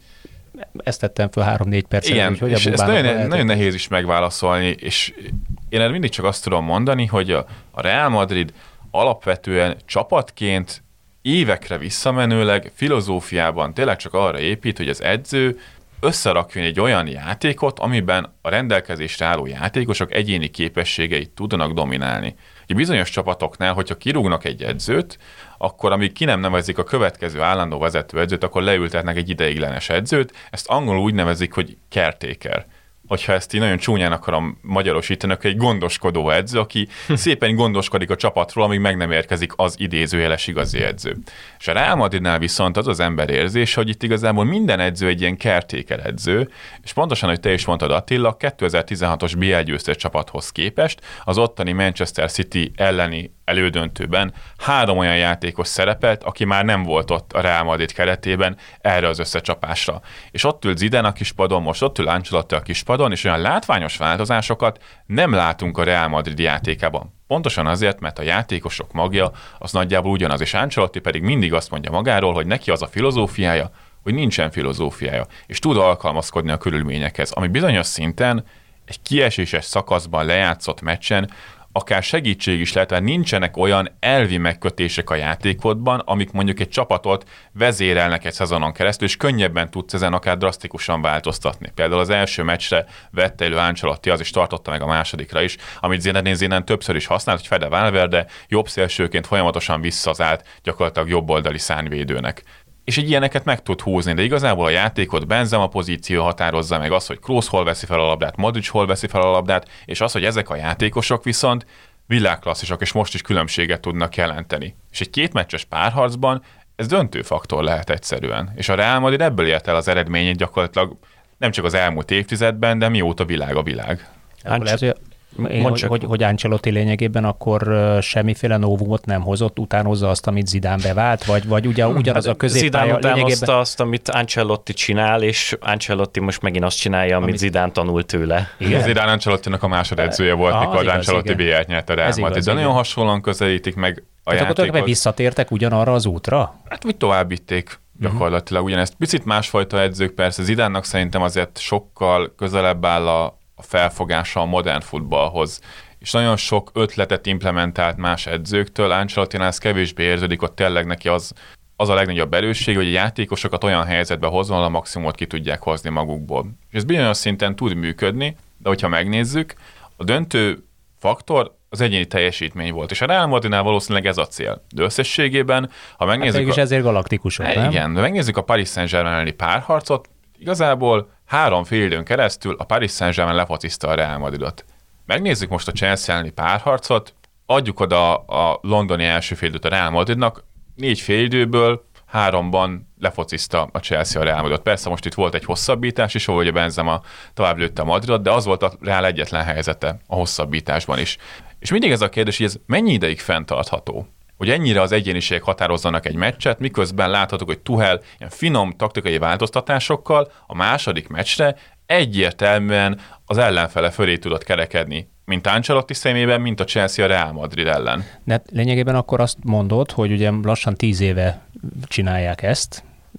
ezt tettem fel három-négy percet. Igen, hogy és ezt nagyon, nagyon nehéz is megválaszolni, és én erre mindig csak azt tudom mondani, hogy a, a Real Madrid alapvetően csapatként évekre visszamenőleg filozófiában tényleg csak arra épít, hogy az edző összerakjon egy olyan játékot, amiben a rendelkezésre álló játékosok egyéni képességeit tudnak dominálni. Egy bizonyos csapatoknál, hogyha kirúgnak egy edzőt, akkor amíg ki nem nevezik a következő állandó vezetőedzőt, akkor leültetnek egy ideiglenes edzőt, ezt angolul úgy nevezik, hogy caretaker. Hogyha ezt így nagyon csúnyán akarom magyarosítani, akkor egy gondoskodó edző, aki szépen gondoskodik a csapatról, amíg meg nem érkezik az idézőjeles igazi edző. És a Real Madridnál viszont az az ember érzés, hogy itt igazából minden edző egy ilyen caretaker edző, és pontosan, hogy te is mondtad, Attila, kétezer-tizenhatos bé el győztes csapathoz képest az ottani Manchester City elleni elődöntőben három olyan játékos szerepelt, aki már nem volt ott a Real Madrid keretében erre az összecsapásra. És ott ült Zidane a kispadon, most ott ül Ancelotti a kispadon, és olyan látványos változásokat nem látunk a Real Madrid játékában. Pontosan azért, mert a játékosok magja az nagyjából ugyanaz, és Ancelotti pedig mindig azt mondja magáról, hogy neki az a filozófiája, hogy nincsen filozófiája, és tud alkalmazkodni a körülményekhez, ami bizonyos szinten egy kieséses szakaszban lejátszott meccsen akár segítség is lehet, mert nincsenek olyan elvi megkötések a játékodban, amik mondjuk egy csapatot vezérelnek egy szezonon keresztül, és könnyebben tudsz ezen akár drasztikusan változtatni. Például az első meccsre vette elő Ancelotti, az is tartotta meg a másodikra is, amit Zinedine Zidane többször is használt, hogy Fede Valverde jobb szélsőként folyamatosan visszazált gyakorlatilag jobboldali szárnyvédőnek. És egy ilyeneket meg tud húzni, de igazából a játékot Benzema pozíció határozza meg, az, hogy Kroos hol veszi fel a labdát, Modric hol veszi fel a labdát, és az, hogy ezek a játékosok viszont világklasszisok, és most is különbséget tudnak jelenteni. És egy kétmeccses párharcban ez döntő faktor lehet egyszerűen. És a Real Madrid ebből ért el az eredményét gyakorlatilag nem csak az elmúlt évtizedben, de mióta világ a világ. Lehet, hogy Én, hogy, hogy, hogy Ancelotti lényegében akkor uh, semmiféle novumot nem hozott, utánozza azt, amit Zidane bevált, vagy, vagy ugye, ugyanaz a középpálya Zidane utánozta lényegében... azt, amit Ancelotti csinál, és Ancelotti most megint azt csinálja, amit, amit... Zidane tanult tőle. Igen? Zidane Ancelottinak a másodedzője volt, ah, mikor Ancelotti bé el-t nyert a Real Madrid, de nagyon hasonlóan közelítik meg a Tehát játékot. Akkor visszatértek ugyanarra az útra? Hát, vagy tovább vitték gyakorlatilag ugyanezt. Picit másfajta edzők, persze Zidának szerintem azért sokkal közelebb áll a a felfogása a modern futballhoz. És nagyon sok ötletet implementált más edzőktől, Ancelottinál ez kevésbé érződik, ott tényleg neki az, az a legnagyobb erősség, hogy a játékosokat olyan helyzetbe hozzon, ahol a maximumot ki tudják hozni magukból. És ez bizonyos szinten tud működni, de hogyha megnézzük, a döntő faktor az egyéni teljesítmény volt, és a Real Madridnál valószínűleg ez a cél. De összességében, ha megnézzük... Hát a... ezért galaktikusok, nem? Igen, de megnézzük a Paris Saint-Germain elleni párharcot, igazából három fél időn keresztül a Paris Saint-Germain lefociszta a Real Madridot. Megnézzük most a Chelsea elleni párharcot, adjuk oda a londoni első fél időt a Real Madridnak, négy fél időből háromban lefociszta a Chelsea a Real Madridot. Persze most itt volt egy hosszabbítás is, ahol a Benzema tovább lőtte a Madridot, de az volt a Real egyetlen helyzete a hosszabbításban is. És mindig ez a kérdés, hogy ez mennyi ideig fenntartható? Hogy ennyire az egyéniségek határozzanak egy meccset, miközben láthatók, hogy Tuchel ilyen finom taktikai változtatásokkal a második meccsre egyértelműen az ellenfele fölé tudott kerekedni, mint Ancelotti szemében, mint a Chelsea a Real Madrid ellen. De lényegében akkor azt mondod, hogy ugye lassan tíz éve csinálják ezt,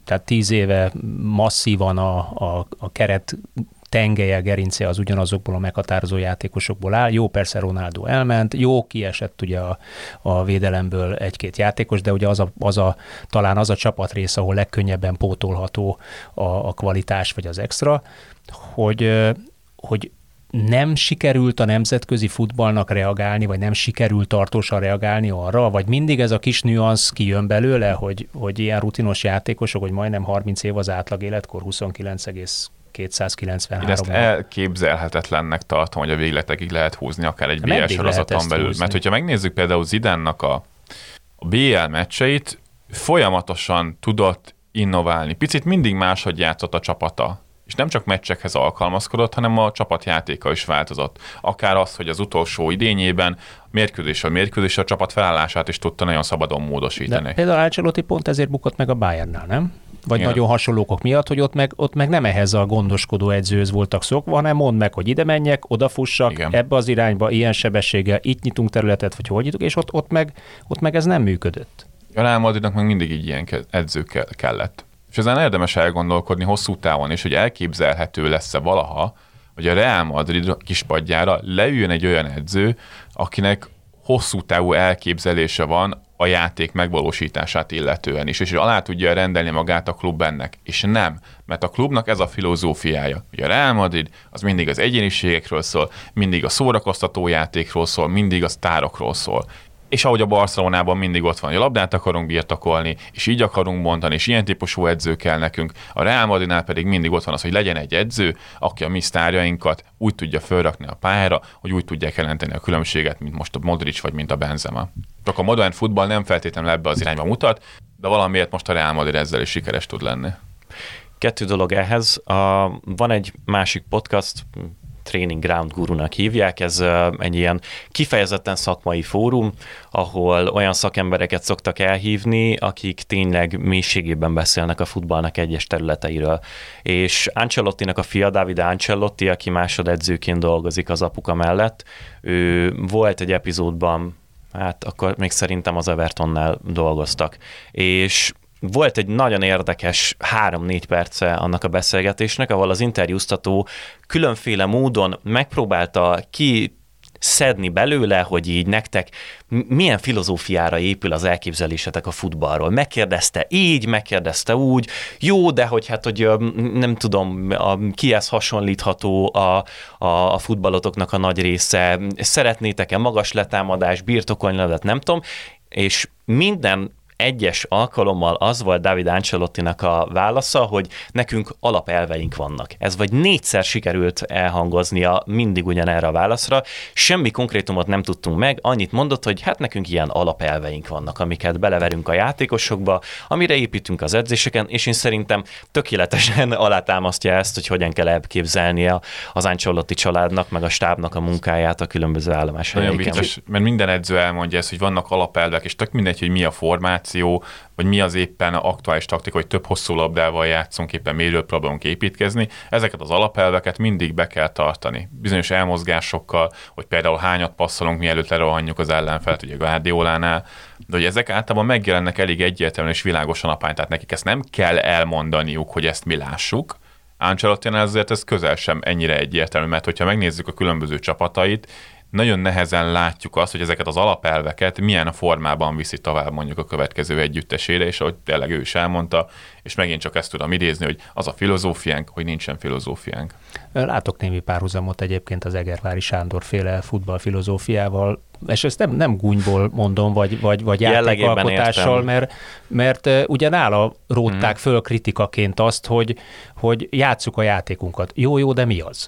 tehát tíz éve masszívan a, a, a keret tengelye, gerince az ugyanazokból a meghatározó játékosokból áll. Jó, persze Ronaldo elment, jó, kiesett ugye a, a védelemből egy-két játékos, de ugye az a, az a, talán az a csapatrész, ahol legkönnyebben pótolható a, a kvalitás vagy az extra, hogy, hogy nem sikerült a nemzetközi futballnak reagálni, vagy nem sikerült tartósan reagálni arra, vagy mindig ez a kis nüansz kijön belőle, hogy, hogy ilyen rutinos játékosok, hogy majdnem harminc év az átlag életkor, huszonkilenc egész kétszázkilencvenhárom. Én ezt elképzelhetetlennek tartom, hogy a végletekig lehet húzni akár egy de bé el sorozaton belül. Húzni. Mert hogyha megnézzük például Zidane-nak a, a bé el meccseit, folyamatosan tudott innoválni. Picit mindig máshogy játszott a csapata. És nem csak meccsekhez alkalmazkodott, hanem a csapatjátéka is változott. Akár az, hogy az utolsó idényében mérkőzésről mérkőzésre a csapat felállását is tudta nagyon szabadon módosítani. De például Ancelotti pont ezért bukott meg a Bayernnál, nem? Vagy igen. Nagyon hasonlókok miatt, hogy ott meg, ott meg nem ehhez a gondoskodó edzőhöz voltak szokva, hanem mondd meg, hogy ide menjek, odafussak, igen. ebbe az irányba, ilyen sebességgel, itt nyitunk területet, vagy hogy nyitunk, és ott, ott, meg, ott meg ez nem működött. A Real Madridnak meg mindig így ilyen edző kellett. És ezen érdemes elgondolkodni hosszú távon is, hogy elképzelhető lesz-e valaha, hogy a Real Madrid kispadjára leüljön egy olyan edző, akinek hosszú távú elképzelése van a játék megvalósítását illetően is, és alá tudja rendelni magát a klub ennek. És nem, mert a klubnak ez a filozófiája. Ugye a Real Madrid az mindig az egyéniségekről szól, mindig a szórakoztató játékról szól, mindig a sztárokról szól. És ahogy a Barcelonában mindig ott van, hogy a labdát akarunk birtokolni, és így akarunk bontani, és ilyen típusú edző kell nekünk. A Real Madridnál pedig mindig ott van az, hogy legyen egy edző, aki a mi sztárjainkat úgy tudja fölrakni a pályára, hogy úgy tudják jelenteni a különbséget, mint most a Modric vagy mint a Benzema. Csak a modern futball nem feltétlenül ebbe az irányba mutat, de valamiért most a Real Madrid ezzel is sikeres tud lenni. Kettő dolog ehhez. A, van egy másik podcast, Training Ground Gurunak hívják, ez egy ilyen kifejezetten szakmai fórum, ahol olyan szakembereket szoktak elhívni, akik tényleg mélységében beszélnek a futballnak egyes területeiről. És Ancelottinak a fia, Davide Ancelotti, aki másodedzőként dolgozik az apuka mellett, ő volt egy epizódban, hát akkor még szerintem az Evertonnál dolgoztak, és volt egy nagyon érdekes három-négy perce annak a beszélgetésnek, ahol az interjúztató különféle módon megpróbálta ki szedni belőle, hogy így nektek milyen filozófiára épül az elképzelésetek a futballról. Megkérdezte így, megkérdezte úgy, jó, de hogy hát, hogy nem tudom, a, kihez hasonlítható a, a, a futballotoknak a nagy része, szeretnétek-e magas letámadás, birtokolni levet, nem tudom, és minden egyes alkalommal az volt David Ancelottinak a válasza, hogy nekünk alapelveink vannak. Ez vagy négyszer sikerült elhangoznia mindig ugyanerre a válaszra, semmi konkrétumot nem tudtunk meg, annyit mondott, hogy hát nekünk ilyen alapelveink vannak, amiket beleverünk a játékosokba, amire építünk az edzéseken, és én szerintem tökéletesen alátámasztja ezt, hogy hogyan kell elképzelnie az Ancelotti családnak, meg a stábnak a munkáját a különböző állomáshelyeken. Mert minden edző elmondja ezt, hogy vannak alapelvek, és tök mindegy, hogy mi a formát, vagy mi az éppen aktuális taktika, hogy több hosszú labdával játszunk, éppen mélyről próbálunk építkezni. Ezeket az alapelveket mindig be kell tartani. Bizonyos elmozgásokkal, hogy például hányat passzolunk, mielőtt lerohanjuk az ellenfelet, ugye Guardiolánál, de hogy ezek általában megjelennek elég egyértelműen és világosan a pályán, tehát nekik ezt nem kell elmondaniuk, hogy ezt mi lássuk. Ancelottinál azért ez közel sem ennyire egyértelmű, mert hogyha megnézzük a különböző csapatait, nagyon nehezen látjuk azt, hogy ezeket az alapelveket milyen a formában viszi tovább mondjuk a következő együttesére, és ahogy tényleg ő is elmondta, és megint csak ezt tudom idézni, hogy az a filozófiánk, hogy nincsen filozófiánk. Látok némi párhuzamot egyébként az Egervári Sándor féle futballfilozófiával, és ezt nem, nem gúnyból mondom, vagy, vagy, vagy játékalkotással, mert, mert ugye nála rótták mm. föl kritikaként azt, hogy, hogy játsszuk a játékunkat. Jó, jó, de mi az?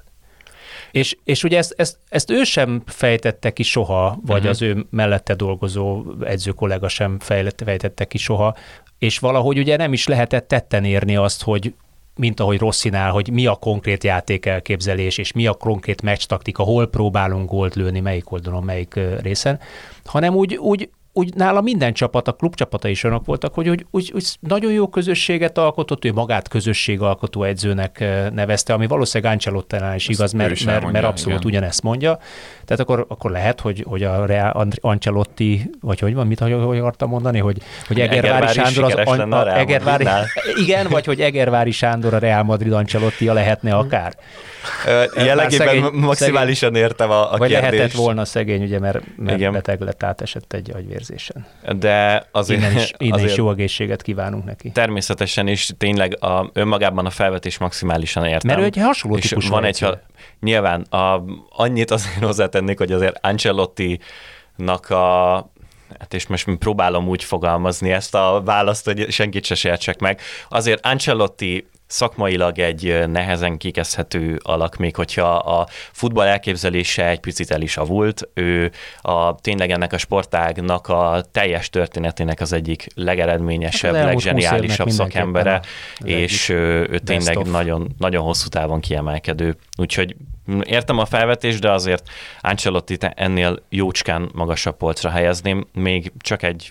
És, és ugye ezt, ezt, ezt ő sem fejtette ki soha, vagy uh-huh. az ő mellette dolgozó edző kollega sem fejtette ki soha, és valahogy ugye nem is lehetett tetten érni azt, hogy mint ahogy Rossinál, hogy mi a konkrét játékelképzelés, és mi a konkrét meccs taktika, hol próbálunk gólt lőni, melyik oldalon, melyik részen, hanem úgy, úgy úgy nála minden csapat, a klubcsapata is olyanok voltak, hogy úgy, úgy, úgy nagyon jó közösséget alkotott, ő magát közösségalkotó edzőnek nevezte, ami valószínűleg Ancelottinál is igaz, mert, mert, mondja, mert abszolút igen. ugyanezt mondja. Tehát akkor, akkor lehet, hogy, hogy a Real Ancelotti, vagy hogy van, mit hogy, hogy akartam mondani, hogy, hogy Egervári Sándor az an, a, a Egervári, igen, vagy hogy Egervári Sándor a Real Madrid Ancelottia lehetne akár. Jellegében szegény, maximálisan szegény, értem a, a vagy kérdést. Vagy lehetett volna szegény, ugye, mert, mert beteg lett, átesett egy agyvérzésen. De azért, innen is, innen azért is jó egészséget kívánunk neki. Természetesen is tényleg a, önmagában a felvetés maximálisan értem. Mert ő egy hasonló és típusú van egy, ha, nyilván a, annyit azért hozzátennék, hogy azért Ancelottinak a hát és most próbálom úgy fogalmazni ezt a választ, hogy senkit se sértsek meg. Azért Ancelotti szakmailag egy nehezen kikezdhető alak, még hogyha a futball elképzelése egy picit el is avult. Ő a, tényleg ennek a sportágnak a teljes történetének az egyik legeredményesebb, hát leggeniálisabb szakembere, és ő, ő tényleg nagyon, nagyon hosszú távon kiemelkedő. Úgyhogy értem a felvetést, de azért Ancelottit ennél jócskán magasabb polcra helyezném. Még csak egy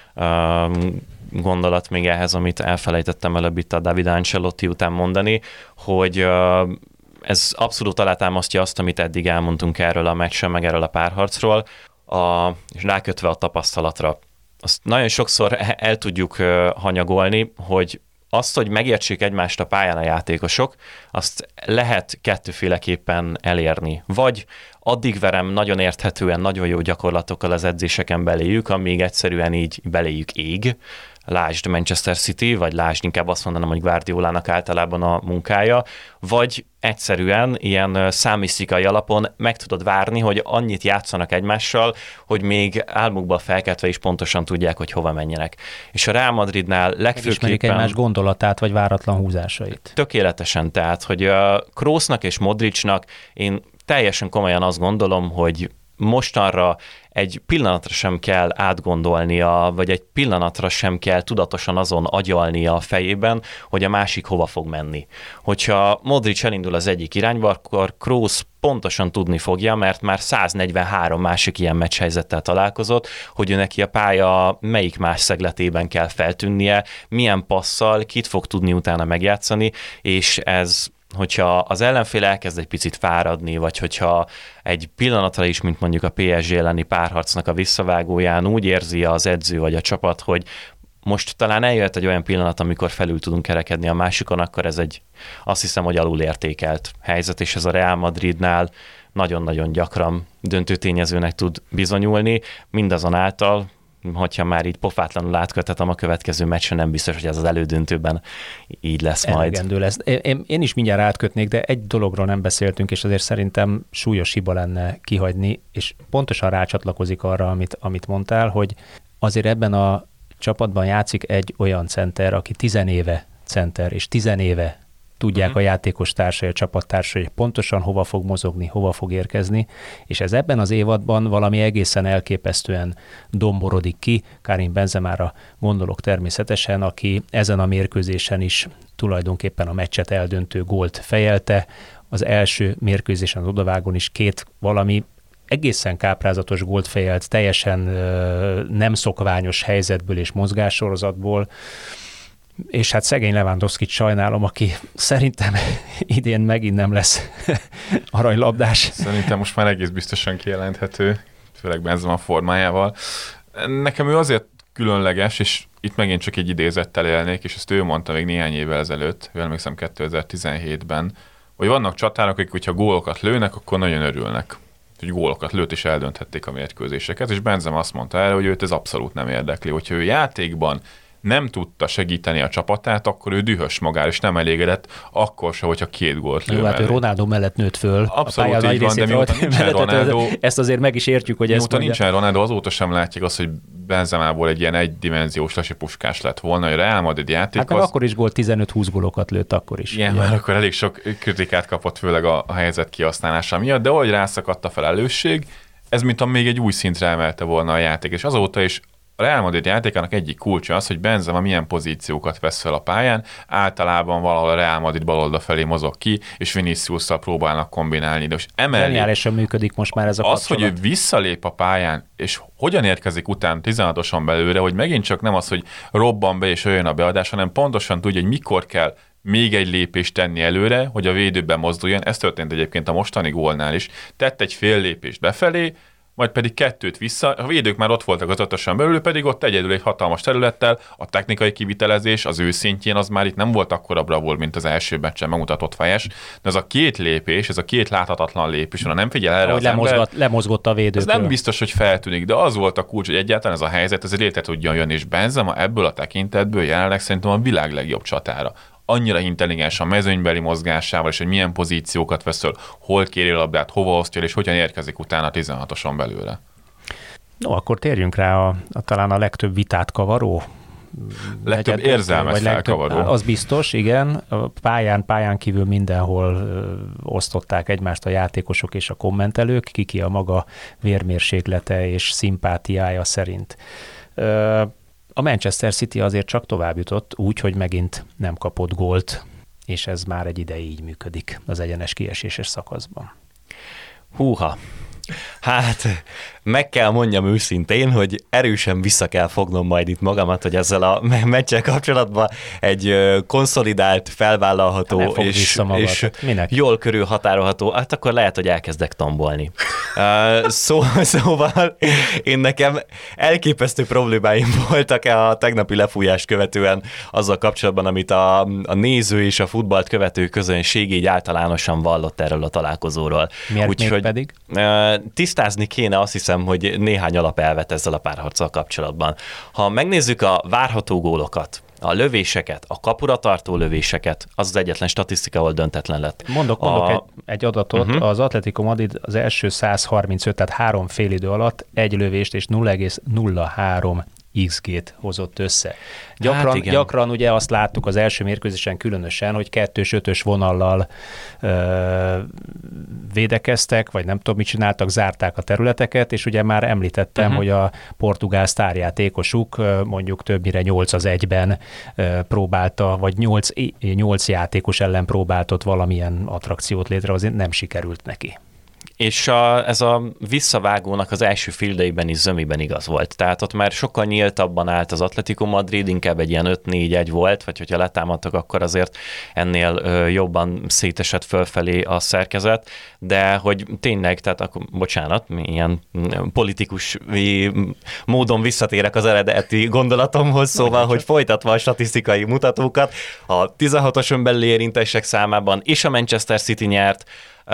um, gondolat még ehhez, amit elfelejtettem előbb itt a David Ancelotti után mondani, hogy uh, ez abszolút alátámasztja azt, amit eddig elmondtunk erről a meccsről, meg erről a párharcról, a, és rákötve a tapasztalatra. Azt nagyon sokszor el tudjuk uh, hanyagolni, hogy azt, hogy megértsék egymást a pályán a játékosok, azt lehet kettőféleképpen elérni. Vagy addig verem nagyon érthetően, nagyon jó gyakorlatokkal az edzéseken beléjük, amíg egyszerűen így beléjük ég. Lásd Manchester City, vagy lásd inkább azt mondanám, hogy Guardiolának általában a munkája, vagy egyszerűen ilyen számisztikai alapon meg tudod várni, hogy annyit játszanak egymással, hogy még álmukba felkeltve is pontosan tudják, hogy hova menjenek. És a Real Madridnál legfőképpen... Megismerik egymás gondolatát, vagy váratlan húzásait. Tökéletesen, tehát, hogy a Kroosnak és Modricnak én teljesen komolyan azt gondolom, hogy mostanra egy pillanatra sem kell átgondolnia, vagy egy pillanatra sem kell tudatosan azon agyalnia a fejében, hogy a másik hova fog menni. Hogyha Modric elindul az egyik irányba, akkor Kroos pontosan tudni fogja, mert már száznegyvenhárom másik ilyen meccshelyzettel találkozott, hogy ő neki a pálya melyik más szegletében kell feltűnnie, milyen passzal, kit fog tudni utána megjátszani, és ez hogyha az ellenfél elkezd egy picit fáradni, vagy hogyha egy pillanatra is, mint mondjuk a pé es gé elleni párharcnak a visszavágóján úgy érzi az edző vagy a csapat, hogy most talán eljöhet egy olyan pillanat, amikor felül tudunk kerekedni a másikon, akkor ez egy, azt hiszem, hogy alulértékelt helyzet, és ez a Real Madridnál nagyon-nagyon gyakran döntő tényezőnek tud bizonyulni, mindazonáltal, hogyha már így pofátlanul átkötetem a következő meccsen, nem biztos, hogy ez az elődöntőben így lesz majd. Elegendő lesz. Én, én is mindjárt átkötnék, de egy dologról nem beszéltünk, és azért szerintem súlyos hiba lenne kihagyni, és pontosan rácsatlakozik arra, amit, amit mondtál, hogy azért ebben a csapatban játszik egy olyan center, aki tizenéve center, és tizenéve tudják uh-huh. a játékos társai, a csapattársai, hogy pontosan hova fog mozogni, hova fog érkezni, és ez ebben az évadban valami egészen elképesztően domborodik ki. Karim Benzemára gondolok természetesen, aki ezen a mérkőzésen is tulajdonképpen a meccset eldöntő gólt fejelte. Az első mérkőzésen az odavágon is két valami egészen káprázatos gólt fejelt, teljesen ö, nem szokványos helyzetből és mozgássorozatból. És hát szegény Lewandowskit sajnálom, aki szerintem idén megint nem lesz aranylabdás. Szerintem most már egész biztosan kijelenthető, főleg Benzema formájával. Nekem ő azért különleges, és itt megint csak egy idézettel élnék, és ezt ő mondta még néhány évvel ezelőtt, jól emlékszem kétezer-tizenhétben, hogy vannak csatárok, akik, hogyha gólokat lőnek, akkor nagyon örülnek. Hogy gólokat lőtt, és eldönthették a mérkőzéseket, és Benzema azt mondta erre, hogy őt ez abszolút nem érdekli. Hogyha ő játékban nem tudta segíteni a csapatát, akkor ő dühös magára, és nem elégedett, akkor se, hogyha két gólt lő. Jó, hát ő Ronaldo mellett nőtt föl. Abszolút így van, de miután nincsen Ronaldo... Ezt azért meg is értjük, hogy ezt miután nincsen Ronaldo, azóta sem látják azt, hogy Benzemából egy ilyen egydimenziós lesipuskás lett volna, hogy Real Madrid játékhoz. Hát meg akkor is gólt, tizenöt-húsz gólokat lőtt akkor is. Igen, már akkor elég sok kritikát kapott, főleg a, a helyzet kihasználása miatt, de ahogy rászakadt a felelősség, ez mint még egy új szintre emelte volna a játék, és azóta is a a Real Madrid játékának egyik kulcsa az, hogy Benzema milyen pozíciókat vesz fel a pályán, általában valahol a Real Madrid baloldal felé mozog ki, és Viniciusszal próbálnak kombinálni. De most emellé zseniálisan működik most már ez a az, kapcsolat. hogy ő visszalép a pályán, és hogyan érkezik után tizenhatoson belőle, hogy megint csak nem az, hogy robban be és olyan a beadás, hanem pontosan tudja, hogy mikor kell még egy lépést tenni előre, hogy a védőben mozduljon. Ez történt egyébként a mostani gólnál is. Tett egy fél lépést befelé, majd pedig kettőt vissza. A védők már ott voltak az ötösen belül, pedig ott egyedül egy hatalmas területtel, a technikai kivitelezés az ő szintjén az már itt nem volt akkora bravúr, mint az első meccsen megmutatott Fejes, de ez a két lépés, ez a két láthatatlan lépés, ha nem figyel erre Ahogy az ember, lemozgott, lemozgott a védőtől. ez nem biztos, hogy feltűnik, de az volt a kulcs, hogy egyáltalán ez a helyzet, ez létre tudjon jönni, és Benzema ebből a tekintetből jelenleg szerintem a világ legjobb csatára. Annyira intelligens a mezőnybeli mozgásával, és hogy milyen pozíciókat vesz föl, hol kéri a labdát, hova osztja, és hogyan érkezik utána tizenhatoson belőle. No, akkor térjünk rá a, a talán a legtöbb vitát kavaró. Legtöbb Negyed, érzelmet felkavaró. Az biztos, igen. A pályán, pályán kívül mindenhol ö, osztották egymást a játékosok és a kommentelők, kiki a maga vérmérséklete és szimpátiája szerint. Ö, A Manchester City azért csak tovább jutott úgy, hogy megint nem kapott gólt, és ez már egy ideig így működik az egyenes kieséses szakaszban. Húha! Hát meg kell mondjam őszintén, hogy erősen vissza kell fognom majd itt magamat, hogy ezzel a meccsel kapcsolatban egy konszolidált, felvállalható és, és jól körülhatárolható, hát akkor lehet, hogy elkezdek tombolni. Uh, szó, szóval én nekem elképesztő problémáim voltak a tegnapi lefújást követően azzal kapcsolatban, amit a, a néző és a futballt követő közönség így általánosan vallott erről a találkozóról. Miért Úgy, még hogy, pedig? Uh, tisztázni kéne, azt hiszem, hogy néhány alapelvet ezzel a párharccal kapcsolatban. Ha megnézzük a várható gólokat, a lövéseket, a kapura tartó lövéseket, az az egyetlen statisztika, ahol döntetlen lett. Mondok, mondok a... egy, egy adatot, uh-huh. Az Atletico Madrid az első száz harmincöt, tehát három fél idő alatt egy lövést és nulla egész nulla három iksz gét hozott össze. Gyakran, hát gyakran ugye azt láttuk az első mérkőzésen különösen, hogy kettős, ötös vonallal ö, védekeztek, vagy nem tudom, mit csináltak, zárták a területeket, és ugye már említettem, uh-huh. hogy a portugál sztárjátékosuk mondjuk többnyire nyolc az egyben próbálta, vagy nyolc játékos ellen próbáltott valamilyen attrakciót létrehozni, nem sikerült neki. És a, ez a visszavágónak az első fildeiben is zömiben igaz volt. Tehát ott már sokkal nyíltabban állt az Atletico Madrid, inkább egy ilyen öt négy egy volt, vagy hogyha letámadtak, akkor azért ennél ö, jobban szétesett fölfelé a szerkezet, de hogy tényleg, tehát akkor, bocsánat, ilyen politikus módon visszatérek az eredeti gondolatomhoz, szóval, hogy folytatva a statisztikai mutatókat, a tizenhatoson belüli érintések számában is a Manchester City nyert,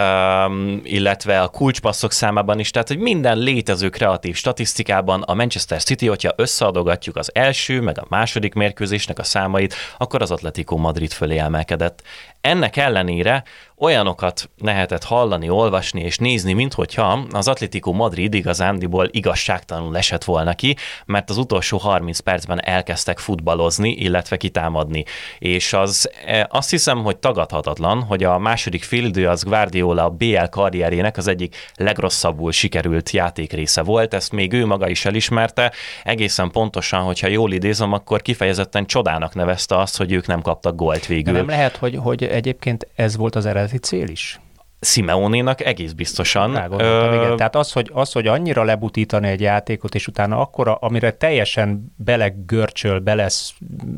Um, illetve a kulcspasszok számában is, tehát hogy minden létező kreatív statisztikában a Manchester City, hogyha összeadogatjuk az első, meg a második mérkőzésnek a számait, akkor az Atletico Madrid fölé emelkedett. Ennek ellenére olyanokat lehetett hallani, olvasni és nézni, minthogyha az Atletico Madrid igazándiból igazságtalanul esett volna ki, mert az utolsó harminc percben elkezdtek futballozni, illetve kitámadni. És az, azt hiszem, hogy tagadhatatlan, hogy a második félidő az Guardiola a bé el karrierjének az egyik legrosszabbul sikerült játékrésze volt, ezt még ő maga is elismerte, egészen pontosan, hogyha jól idézem, akkor kifejezetten csodának nevezte azt, hogy ők nem kaptak gólt végül. De nem lehet, hogy, hogy egyébként ez volt az eredeti cél is? Simeonénak egész biztosan. Rágondoltam, igen. Tehát az hogy, az, hogy annyira lebutítani egy játékot, és utána akkora, amire teljesen belegörcsöl, belesz,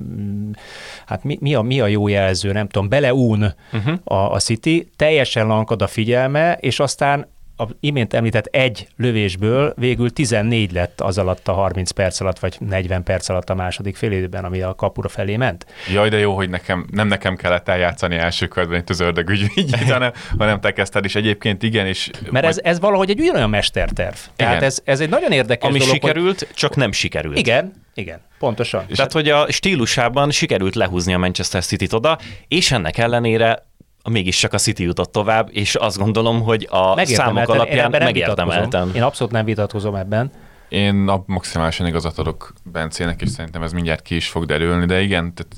hát mi, mi, a, mi a jó jelző, nem tudom, beleún uh-huh. a, a City, teljesen lankad a figyelme, és aztán a imént említett egy lövésből végül tizennégy lett az alatt a harminc perc alatt, vagy negyven perc alatt a második félidőben, ami a kapura felé ment. Jaj, de jó, hogy nekem, nem nekem kellett eljátszani első körben itt az ördögügyvédjét, hanem, hanem te kezdted is egyébként, igen. És Mert majd... ez, ez valahogy egy ugyanolyan mesterterv. Tehát ez, ez egy nagyon érdekes ami dolog. Ami sikerült, hogy... csak nem sikerült. Igen, igen, pontosan. És tehát, hogy a stílusában sikerült lehúzni a Manchester Cityt oda, és ennek ellenére mégis csak a City jutott tovább, és azt gondolom, hogy a számok alapján megérdemelten. Én abszolút nem vitatkozom ebben. Én maximálisan igazat adok Bencének, és szerintem ez mindjárt ki is fog derülni, de igen, tehát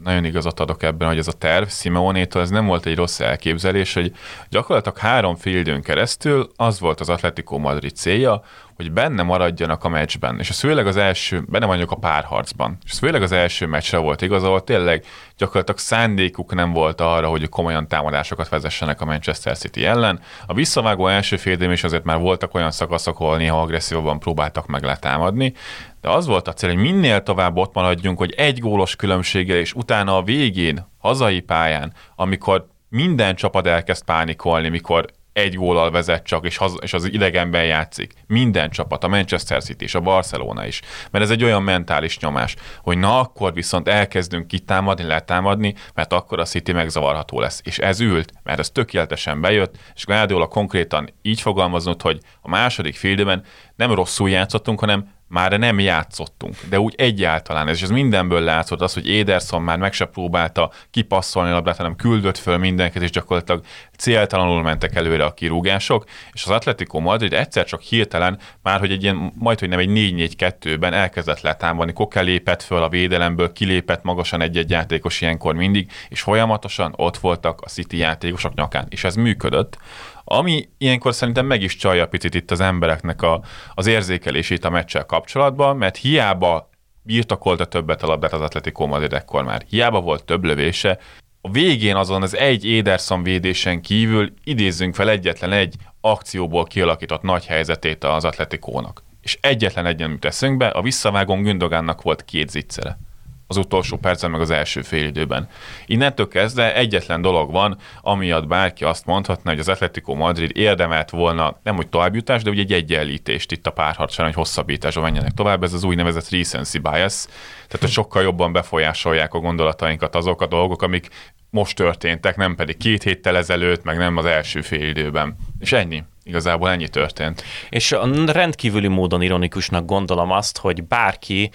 nagyon igazat adok ebben, hogy ez a terv Simeonétól, ez nem volt egy rossz elképzelés, hogy gyakorlatilag három fél időn keresztül az volt az Atletico Madrid célja, hogy benne maradjanak a meccsben, és ez főleg az első, benne vagyok a párharcban, és ez főleg az első meccsre volt igaz, ahol tényleg gyakorlatilag szándékuk nem volt arra, hogy komolyan támadásokat vezessenek a Manchester City ellen. A visszavágó első fél időben is azért már voltak olyan szakaszok, ahol néha agresszívabban próbáltak meg letámadni, de az volt a cél, hogy minél tovább ott maradjunk, hogy egy gólos különbséggel, és utána a végén, hazai pályán, amikor minden csapat elkezd pánikolni, mikor egy góllal vezet csak, és, haz, és az idegenben játszik. Minden csapat, a Manchester City és a Barcelona is. Mert ez egy olyan mentális nyomás, hogy na akkor viszont elkezdünk kitámadni, letámadni, mert akkor a City megzavarható lesz. És ez ült, mert ez tökéletesen bejött, és Guardiola konkrétan így fogalmazott, hogy a második félidőben nem rosszul játszottunk, hanem már nem játszottunk, de úgy egyáltalán, és ez mindenből látszott az, hogy Ederson már meg se próbálta kipasszolni a labdát, hanem küldött föl mindenkit, és gyakorlatilag céltalanul mentek előre a kirúgások, és az Atletico Madrid egyszer csak hirtelen, már hogy egy ilyen, majd hogy nem egy négy négy kettőben elkezdett letámadni, Koke lépett föl a védelemből, kilépett magasan egy-egy játékos ilyenkor mindig, és folyamatosan ott voltak a City játékosok nyakán, és ez működött. Ami ilyenkor szerintem meg is csalja picit itt az embereknek a, az érzékelését a meccsel kapcsolatban, mert hiába birtokolta többet a labdát az Atletico Madrid ekkor már, hiába volt több lövése, a végén azon az egy Ederson védésen kívül idézzünk fel egyetlen egy akcióból kialakított nagy helyzetét az Atleticónak. És egyetlen egyen jut eszünkbe, a visszavágón Gündogánnak volt két zicsere. Az utolsó percben, meg az első félidőben. Innentől kezdve egyetlen dolog van, amiatt bárki azt mondhatna, hogy az Atletico Madrid érdemelt volna, nem hogy továbbjutás, de ugye egy egyenlítést itt a párharc során, hogy hosszabbításba menjenek tovább. Ez az úgynevezett recency bias, tehát hogy sokkal jobban befolyásolják a gondolatainkat azok a dolgok, amik most történtek, nem pedig két héttel ezelőtt, meg nem az első félidőben. És ennyi. Igazából ennyi történt. És rendkívüli módon ironikusnak gondolom azt, hogy bárki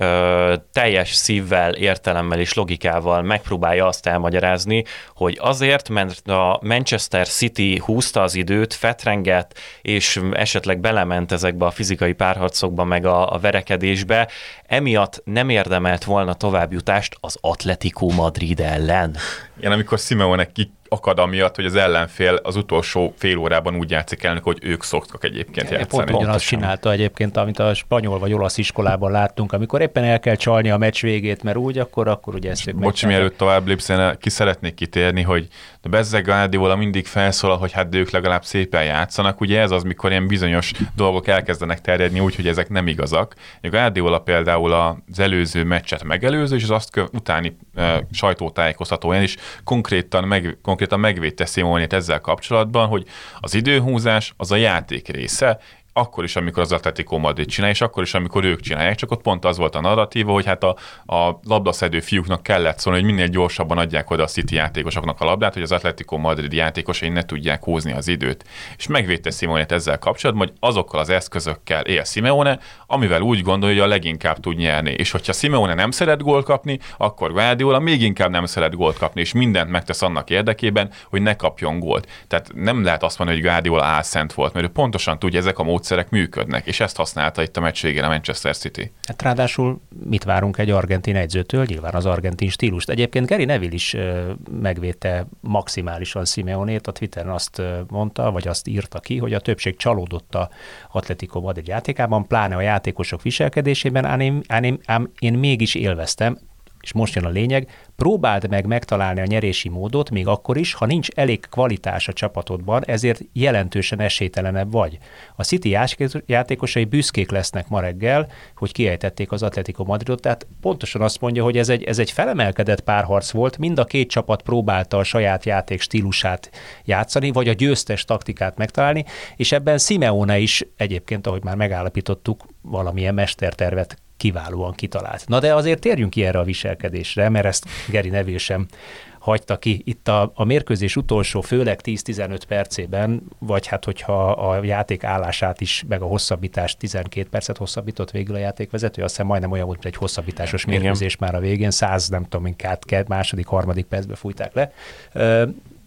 ö, teljes szívvel, értelemmel és logikával megpróbálja azt elmagyarázni, hogy azért, mert a Manchester City húzta az időt, fetrengett, és esetleg belement ezekbe a fizikai párharcokba, meg a, a verekedésbe, emiatt nem érdemelt volna továbbjutást az Atletico Madrid ellen. Igen, amikor Simeone ki akad amiatt, hogy az ellenfél az utolsó fél órában úgy játszik el, hogy ők szoktak egyébként játszani. Pont ugyanazt csinálta egyébként, amit a spanyol vagy olasz iskolában láttunk, amikor éppen el kell csalni a meccs végét, mert úgy, akkor, akkor ugye ezt ők Bocs, mielőtt tovább lépsz, ki szeretnék kitérni, hogy de bezzeg Guardiola mindig felszólal, hogy hát ők legalább szépen játszanak, ugye ez az, mikor ilyen bizonyos dolgok elkezdenek terjedni úgy, hogy ezek nem igazak. Guardiola például az előző meccset megelőző, és az azt kö- utáni e, sajtótájékoztatóján is konkrétan, meg, konkrétan megvédte Simeonét ezzel kapcsolatban, hogy az időhúzás az a játék része, akkor is, amikor az Atletico Madrid csinálja, és akkor is, amikor ők csinálják, csak ott pont az volt a narratíva, hogy hát a, a labdaszedő fiúknak kellett szólni, hogy minél gyorsabban adják oda a City játékosoknak a labdát, hogy az Atletico Madrid játékosai ne tudják húzni az időt. És megvédte Simeonét ezzel kapcsolatban, hogy azokkal az eszközökkel él Simeone, amivel úgy gondolja, hogy a leginkább tud nyerni. És hogyha Simeone nem szeret gólt kapni, akkor Guardiola még inkább nem szeret gólt kapni, és mindent megtesz annak érdekében, hogy ne kapjon gólt. Tehát nem lehet azt mondani, hogy Guardiola álszent volt, mert ő pontosan tudja, ezek a módszerek működnek, és ezt használta itt a meccs végén a Manchester City. Hát ráadásul mit várunk egy argentin edzőtől? Nyilván az argentin stílust. Egyébként Gary Neville is megvédte maximálisan Simeonét, a Twitteren azt mondta, vagy azt írta ki, hogy a többség csalódott a Atletico Madrid játékában, pláne a játékosok viselkedésében, ám én, ám én, ám én mégis élveztem, és most jön a lényeg, próbáld meg megtalálni a nyerési módot, még akkor is, ha nincs elég kvalitás a csapatodban, ezért jelentősen esélytelenebb vagy. A City játékosai büszkék lesznek ma reggel, hogy kiejtették az Atletico Madridot, tehát pontosan azt mondja, hogy ez egy, ez egy felemelkedett párharc volt, mind a két csapat próbálta a saját játék stílusát játszani, vagy a győztes taktikát megtalálni, és ebben Simeone is egyébként, ahogy már megállapítottuk, valamilyen mestertervet kiválóan kitalált. Na de azért térjünk ki erre a viselkedésre, mert ezt Gary Neville sem hagyta ki. Itt a, a mérkőzés utolsó, főleg tíz-tizenöt percében, vagy hát hogyha a játék állását is, meg a hosszabbítást, tizenkét percet hosszabbított végül a játékvezető, azt hiszem majdnem olyan volt, mint egy hosszabbításos mérkőzés már a végén, száz nem tudom, inkább második, harmadik percben fújták le.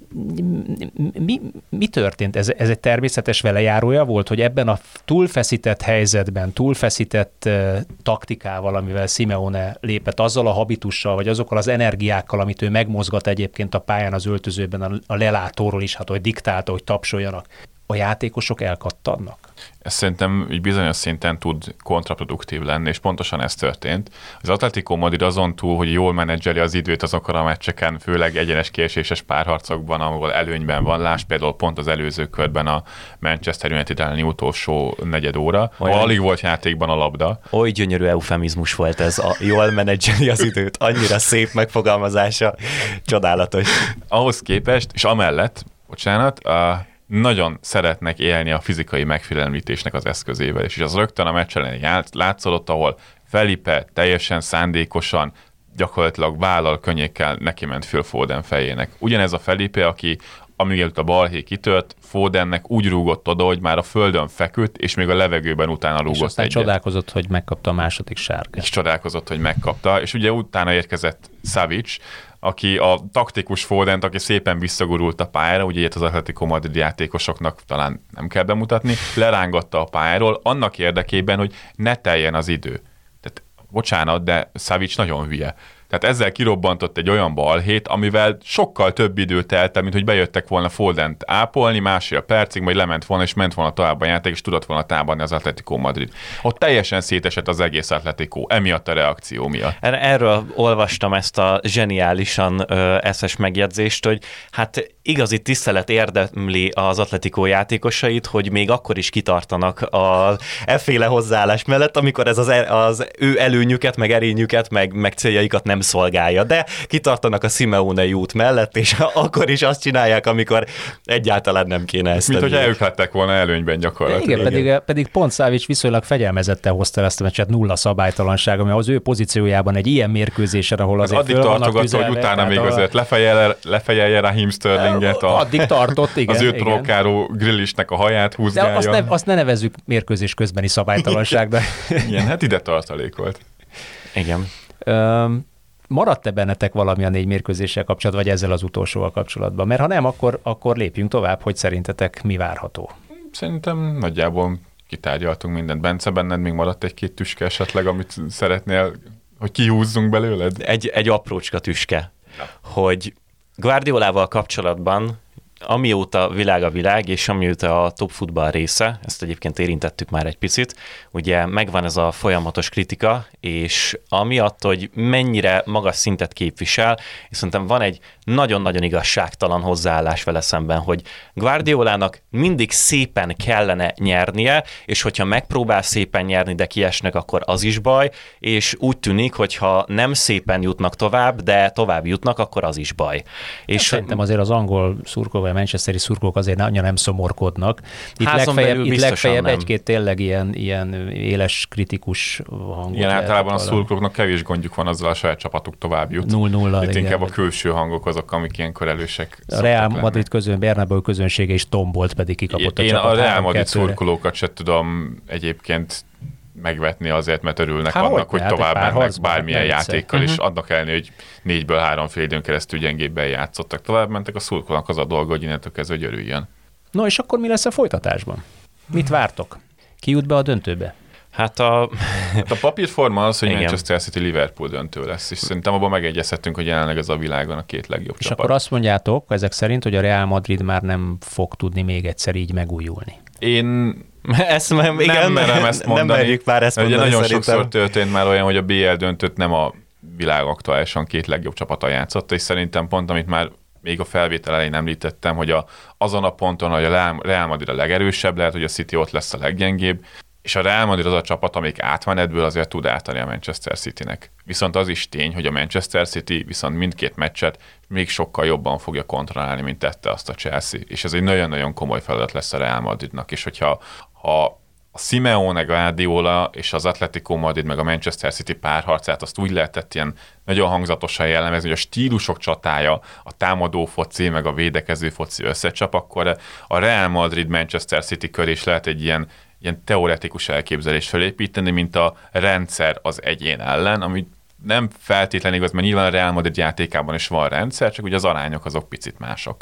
mi, mi történt? Ez, ez egy természetes velejárója volt, hogy ebben a túlfeszített helyzetben, túlfeszített uh, taktikával, amivel Simeone lépett, azzal a habitussal, vagy azokkal az energiákkal, amit ő megmozgat egyébként a pályán az öltözőben, a, a lelátóról is, hát hogy diktálta, hogy tapsoljanak, a játékosok elkattannak? Ez szerintem egy bizonyos szinten tud kontraproduktív lenni, és pontosan ez történt. Az Atletico Madrid azon túl, hogy jól menedzseli az időt azokon a meccseken, főleg egyenes kieséses párharcokban, ahol előnyben van, láss például pont az előző körben a Manchester United elleni utolsó negyed óra, ahol alig volt játékban a labda. Oly gyönyörű eufemizmus volt ez, a jól menedzseli az időt, annyira szép megfogalmazása, csodálatos. Ahhoz képest, és amellett, bocsánat, a nagyon szeretnek élni a fizikai megfélemlítésnek az eszközével, és az rögtön a meccs ellen látszódott, ahol Felipe teljesen szándékosan, gyakorlatilag vállal könnyékkel neki ment Phil Foden fejének. Ugyanez a Felipe, aki amíg a balhé kitört, Fodennek úgy rúgott oda, hogy már a földön feküdt, és még a levegőben utána rúgott egyet. És aztán csodálkozott, hogy megkapta a második sárgát. És csodálkozott, hogy megkapta, és ugye utána érkezett Savic, aki a taktikus Fodent, aki szépen visszagurult a pályára, ugye ilyet az Atletico Madrid játékosoknak talán nem kell bemutatni, lerángatta a pályáról annak érdekében, hogy ne teljen az idő. Tehát bocsánat, de Savic nagyon hülye. Tehát ezzel kirobbantott egy olyan balhét, amivel sokkal több idő telt el, mint hogy bejöttek volna Fodent ápolni másfél percig, majd lement volna, és ment volna tovább a játék, és tudott volna támadni az Atletico Madrid. Ott teljesen szétesett az egész Atletico, emiatt a reakció miatt. Erről olvastam ezt a zseniálisan ö, eszes megjegyzést, hogy hát igazi tisztelet érdemli az Atletico játékosait, hogy még akkor is kitartanak az efféle hozzáállás mellett, amikor ez az, az ő előnyüket, meg erényüket, meg, meg céljaikat nem szolgálja, de kitartanak a Simeone út mellett, és akkor is azt csinálják, amikor egyáltalán nem kéne ezt Mint hogy ők lettek volna előnyben gyakorlatilag. Igen, pedig, pedig pont Savic viszonylag fegyelmezetten hozta ezt a meccset, nulla szabálytalanság, ami az ő pozíciójában egy ilyen mérkőzésen, ahol azért addig tartogatta, hogy utána még a... azért lefejelje, lefejelje Raheem Sterlinget, a, addig tartott, igen, az őt provokáló Grealishnek a haját húzgálja. De azt ne, azt ne nevezzük mérkőzés közbeni szabálytalanságnak. Igen, hát ide tartalékolt. Igen. Um, Maradt-e bennetek valami a négy mérkőzéssel kapcsolatban, vagy ezzel az utolsóval kapcsolatban? Mert ha nem, akkor, akkor lépjünk tovább, hogy szerintetek mi várható. Szerintem nagyjából kitárgyaltunk mindent. Bence, benned még maradt egy-két tüske esetleg, amit szeretnél, hogy kihúzzunk belőled? Egy, egy aprócska tüske, ja. Hogy Guardiolával kapcsolatban, amióta világ a világ, és amióta a top futball része, ezt egyébként érintettük már egy picit, ugye megvan ez a folyamatos kritika, és amiatt, hogy mennyire magas szintet képvisel, és szerintem van egy nagyon-nagyon igazságtalan hozzáállás vele szemben, hogy Guardiolának mindig szépen kellene nyernie, és hogyha megpróbál szépen nyerni, de kiesnek, akkor az is baj, és úgy tűnik, hogyha nem szépen jutnak tovább, de tovább jutnak, akkor az is baj. És szerintem azért az angol szurkoló vagy a manchesteri szurkolók azért annyira nem szomorkodnak. Itt legfeljebb, itt legfeljebb egy-két tényleg ilyen, ilyen éles kritikus hangot. Igen, általában a szurkolóknak kevés gondjuk van azzal, a saját csapatuk tovább jut. nulla nulla. Itt inkább a külső hangok azok, amik ilyenkor elősek. A Real Madrid közön, Bernabéu közönsége is tombolt, pedig kikapott a Én csapat. Én a Real Madrid szurkolókat se tudom egyébként megvetni azért, mert örülnek Há, annak, hogy, hogy tovább mennek bármilyen játékkal, és uh-huh. adnak elni, hogy négyből három fél időn keresztül gyengébben játszottak. Tovább mentek, a szurkolónak az a dolga, hogy innentől kezdve, hogy örüljön. No, és akkor mi lesz a folytatásban? Mit vártok? Ki jut be a döntőbe? Hát a... hát a papírforma az, hogy igen. Manchester City Liverpool döntő lesz, és szerintem abban megegyezhetünk, hogy jelenleg ez a világon a két legjobb és csapat. És akkor azt mondjátok, ezek szerint, hogy a Real Madrid már nem fog tudni még egyszer így megújulni. Én ezt nem, igen, nem merem ezt mondani. Nem merjük már ezt mondani. Ugye nagyon szerintem. sokszor történt már olyan, hogy a bé el döntőt nem a világ aktuálisan két legjobb csapata játszott, és szerintem pont, amit már még a felvétel elején említettem, hogy a, azon a ponton, hogy a Real Madrid a legerősebb, lehet, hogy a City ott lesz a leggyengébb, és a Real Madrid az a csapat, amelyik átmenetből azért tud átadni a Manchester Citynek. Viszont az is tény, hogy a Manchester City viszont mindkét meccset még sokkal jobban fogja kontrollálni, mint tette azt a Chelsea. És ez egy nagyon-nagyon komoly feladat lesz a Real Madridnak, és hogyha ha a Simeone, Guardiola és az Atletico Madrid meg a Manchester City párharcát azt úgy lehetett ilyen nagyon hangzatosan jellemezni, hogy a stílusok csatája, a támadó foci meg a védekező foci összecsap, akkor a Real Madrid-Manchester City kör is lehet egy ilyen ilyen teoretikus elképzelést felépíteni, mint a rendszer az egyén ellen, ami nem feltétlenül igaz, mert nyilván a Real Madrid játékában is van rendszer, csak ugye az arányok azok picit mások.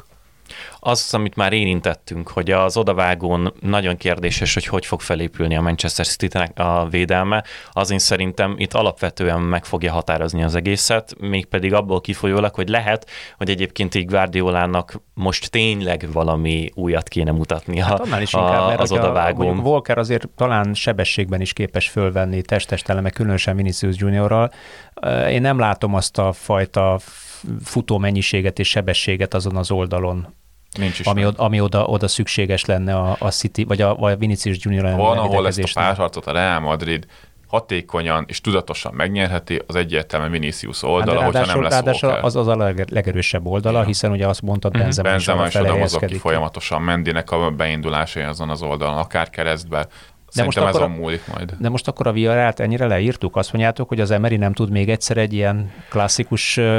Az, amit már érintettünk, hogy az odavágón nagyon kérdéses, hogy hogy fog felépülni a Manchester City-nek a védelme, az én szerintem itt alapvetően meg fogja határozni az egészet, mégpedig abból kifolyólag, hogy lehet, hogy egyébként így Guardiolának most tényleg valami újat kéne mutatnia hát annál is inkább, mert az odavágón. Walker azért talán sebességben is képes fölvenni testtesteleme, különösen Vinicius Juniorral. Én nem látom azt a fajta futó mennyiséget és sebességet azon az oldalon, ami, oda, ami oda, oda szükséges lenne a, a City, vagy a, a Vinicius Junior. Van, ahol ezt a párharcot a Real Madrid hatékonyan és tudatosan megnyerheti, az egyértelműen Vinicius oldala, hát hogyha nem lesz Walker. Az az a legerősebb oldala, ja. Hiszen ugye azt mondtad, mm-hmm. Benzema, Benzema is oda mozog ki folyamatosan, Mendynek a beindulásai azon az oldalon, akár keresztbe. De most, akkor, a, múlik majd. de most akkor a Villarrealt ennyire leírtuk? Azt mondjátok, hogy az Emery nem tud még egyszer egy ilyen klasszikus uh,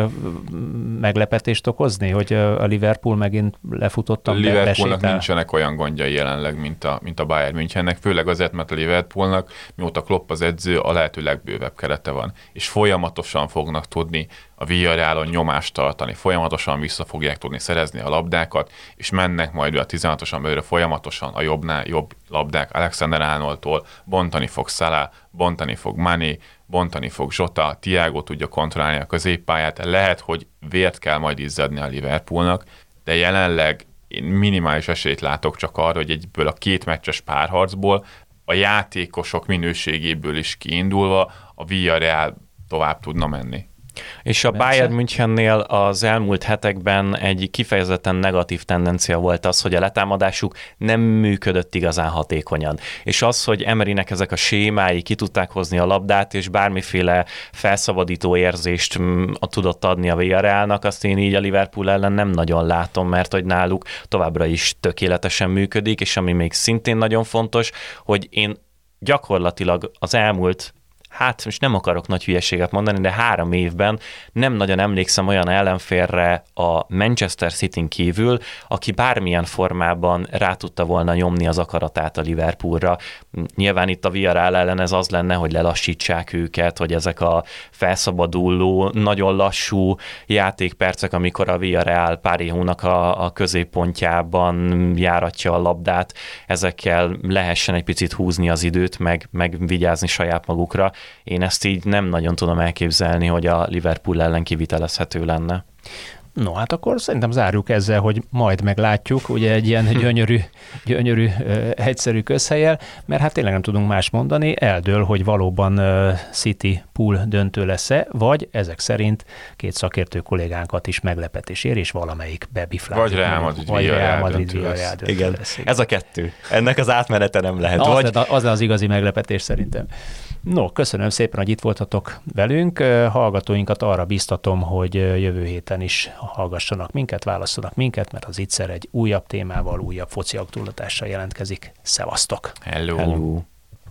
meglepetést okozni, hogy uh, a Liverpool megint lefutottan be, Liverpoolnak nincsenek olyan gondjai jelenleg, mint a, mint a Bayern Münchennek, főleg azért, mert a Liverpoolnak, mióta Klopp az edző, a lehető legbővebb kerete van. És folyamatosan fognak tudni a Villarrealon nyomást tartani, folyamatosan vissza fogják tudni szerezni a labdákat, és mennek majd a tizenhatosan belőle folyamatosan a jobbnál jobb labdák Alexander-Arnoldtól, bontani fog Salah, bontani fog Mané, bontani fog Jota, Thiago tudja kontrollálni a középpályát, lehet, hogy vért kell majd izzadni a Liverpoolnak, de jelenleg én minimális esélyt látok csak arra, hogy egyből a két meccses párharcból, a játékosok minőségéből is kiindulva a Villarreal tovább tudna menni. És a Bayern Münchennél az elmúlt hetekben egy kifejezetten negatív tendencia volt az, hogy a letámadásuk nem működött igazán hatékonyan. És az, hogy Emerynek ezek a sémái ki tudták hozni a labdát, és bármiféle felszabadító érzést tudott adni a Villarrealnak, azt én így a Liverpool ellen nem nagyon látom, mert hogy náluk továbbra is tökéletesen működik, és ami még szintén nagyon fontos, hogy én gyakorlatilag az elmúlt hát most nem akarok nagy hülyeséget mondani, de három évben nem nagyon emlékszem olyan ellenfélre a Manchester Cityn kívül, aki bármilyen formában rá tudta volna nyomni az akaratát a Liverpoolra. Nyilván itt a Villarreal ellen ez az lenne, hogy lelassítsák őket, hogy ezek a felszabaduló, nagyon lassú játékpercek, amikor a Villarreal Paris-nak a, a középpontjában járatja a labdát, ezekkel lehessen egy picit húzni az időt, meg, meg vigyázni saját magukra. Én ezt így nem nagyon tudom elképzelni, hogy a Liverpool ellen kivitelezhető lenne. No, hát akkor szerintem zárjuk ezzel, hogy majd meglátjuk, ugye egy ilyen gyönyörű, gyönyörű, egyszerű közhellyel, mert hát tényleg nem tudunk más mondani, eldől, hogy valóban City Pool döntő lesz-e, vagy ezek szerint két szakértő kollégánkat is meglepetés ér, és valamelyik bebiflál. Vagy Real Madrid, vagy Real Madrid döntő lesz. Igen, lesz. Ez a kettő. Ennek az átmenete nem lehet. Na, vagy... az, az az igazi meglepetés szerintem. No, köszönöm szépen, hogy itt voltatok velünk. Hallgatóinkat arra biztatom, hogy jövő héten is hallgassanak minket, válasszanak minket, mert az Ittszer egy újabb témával, újabb foci aktualitással jelentkezik. Szevasztok! Hello! Hello.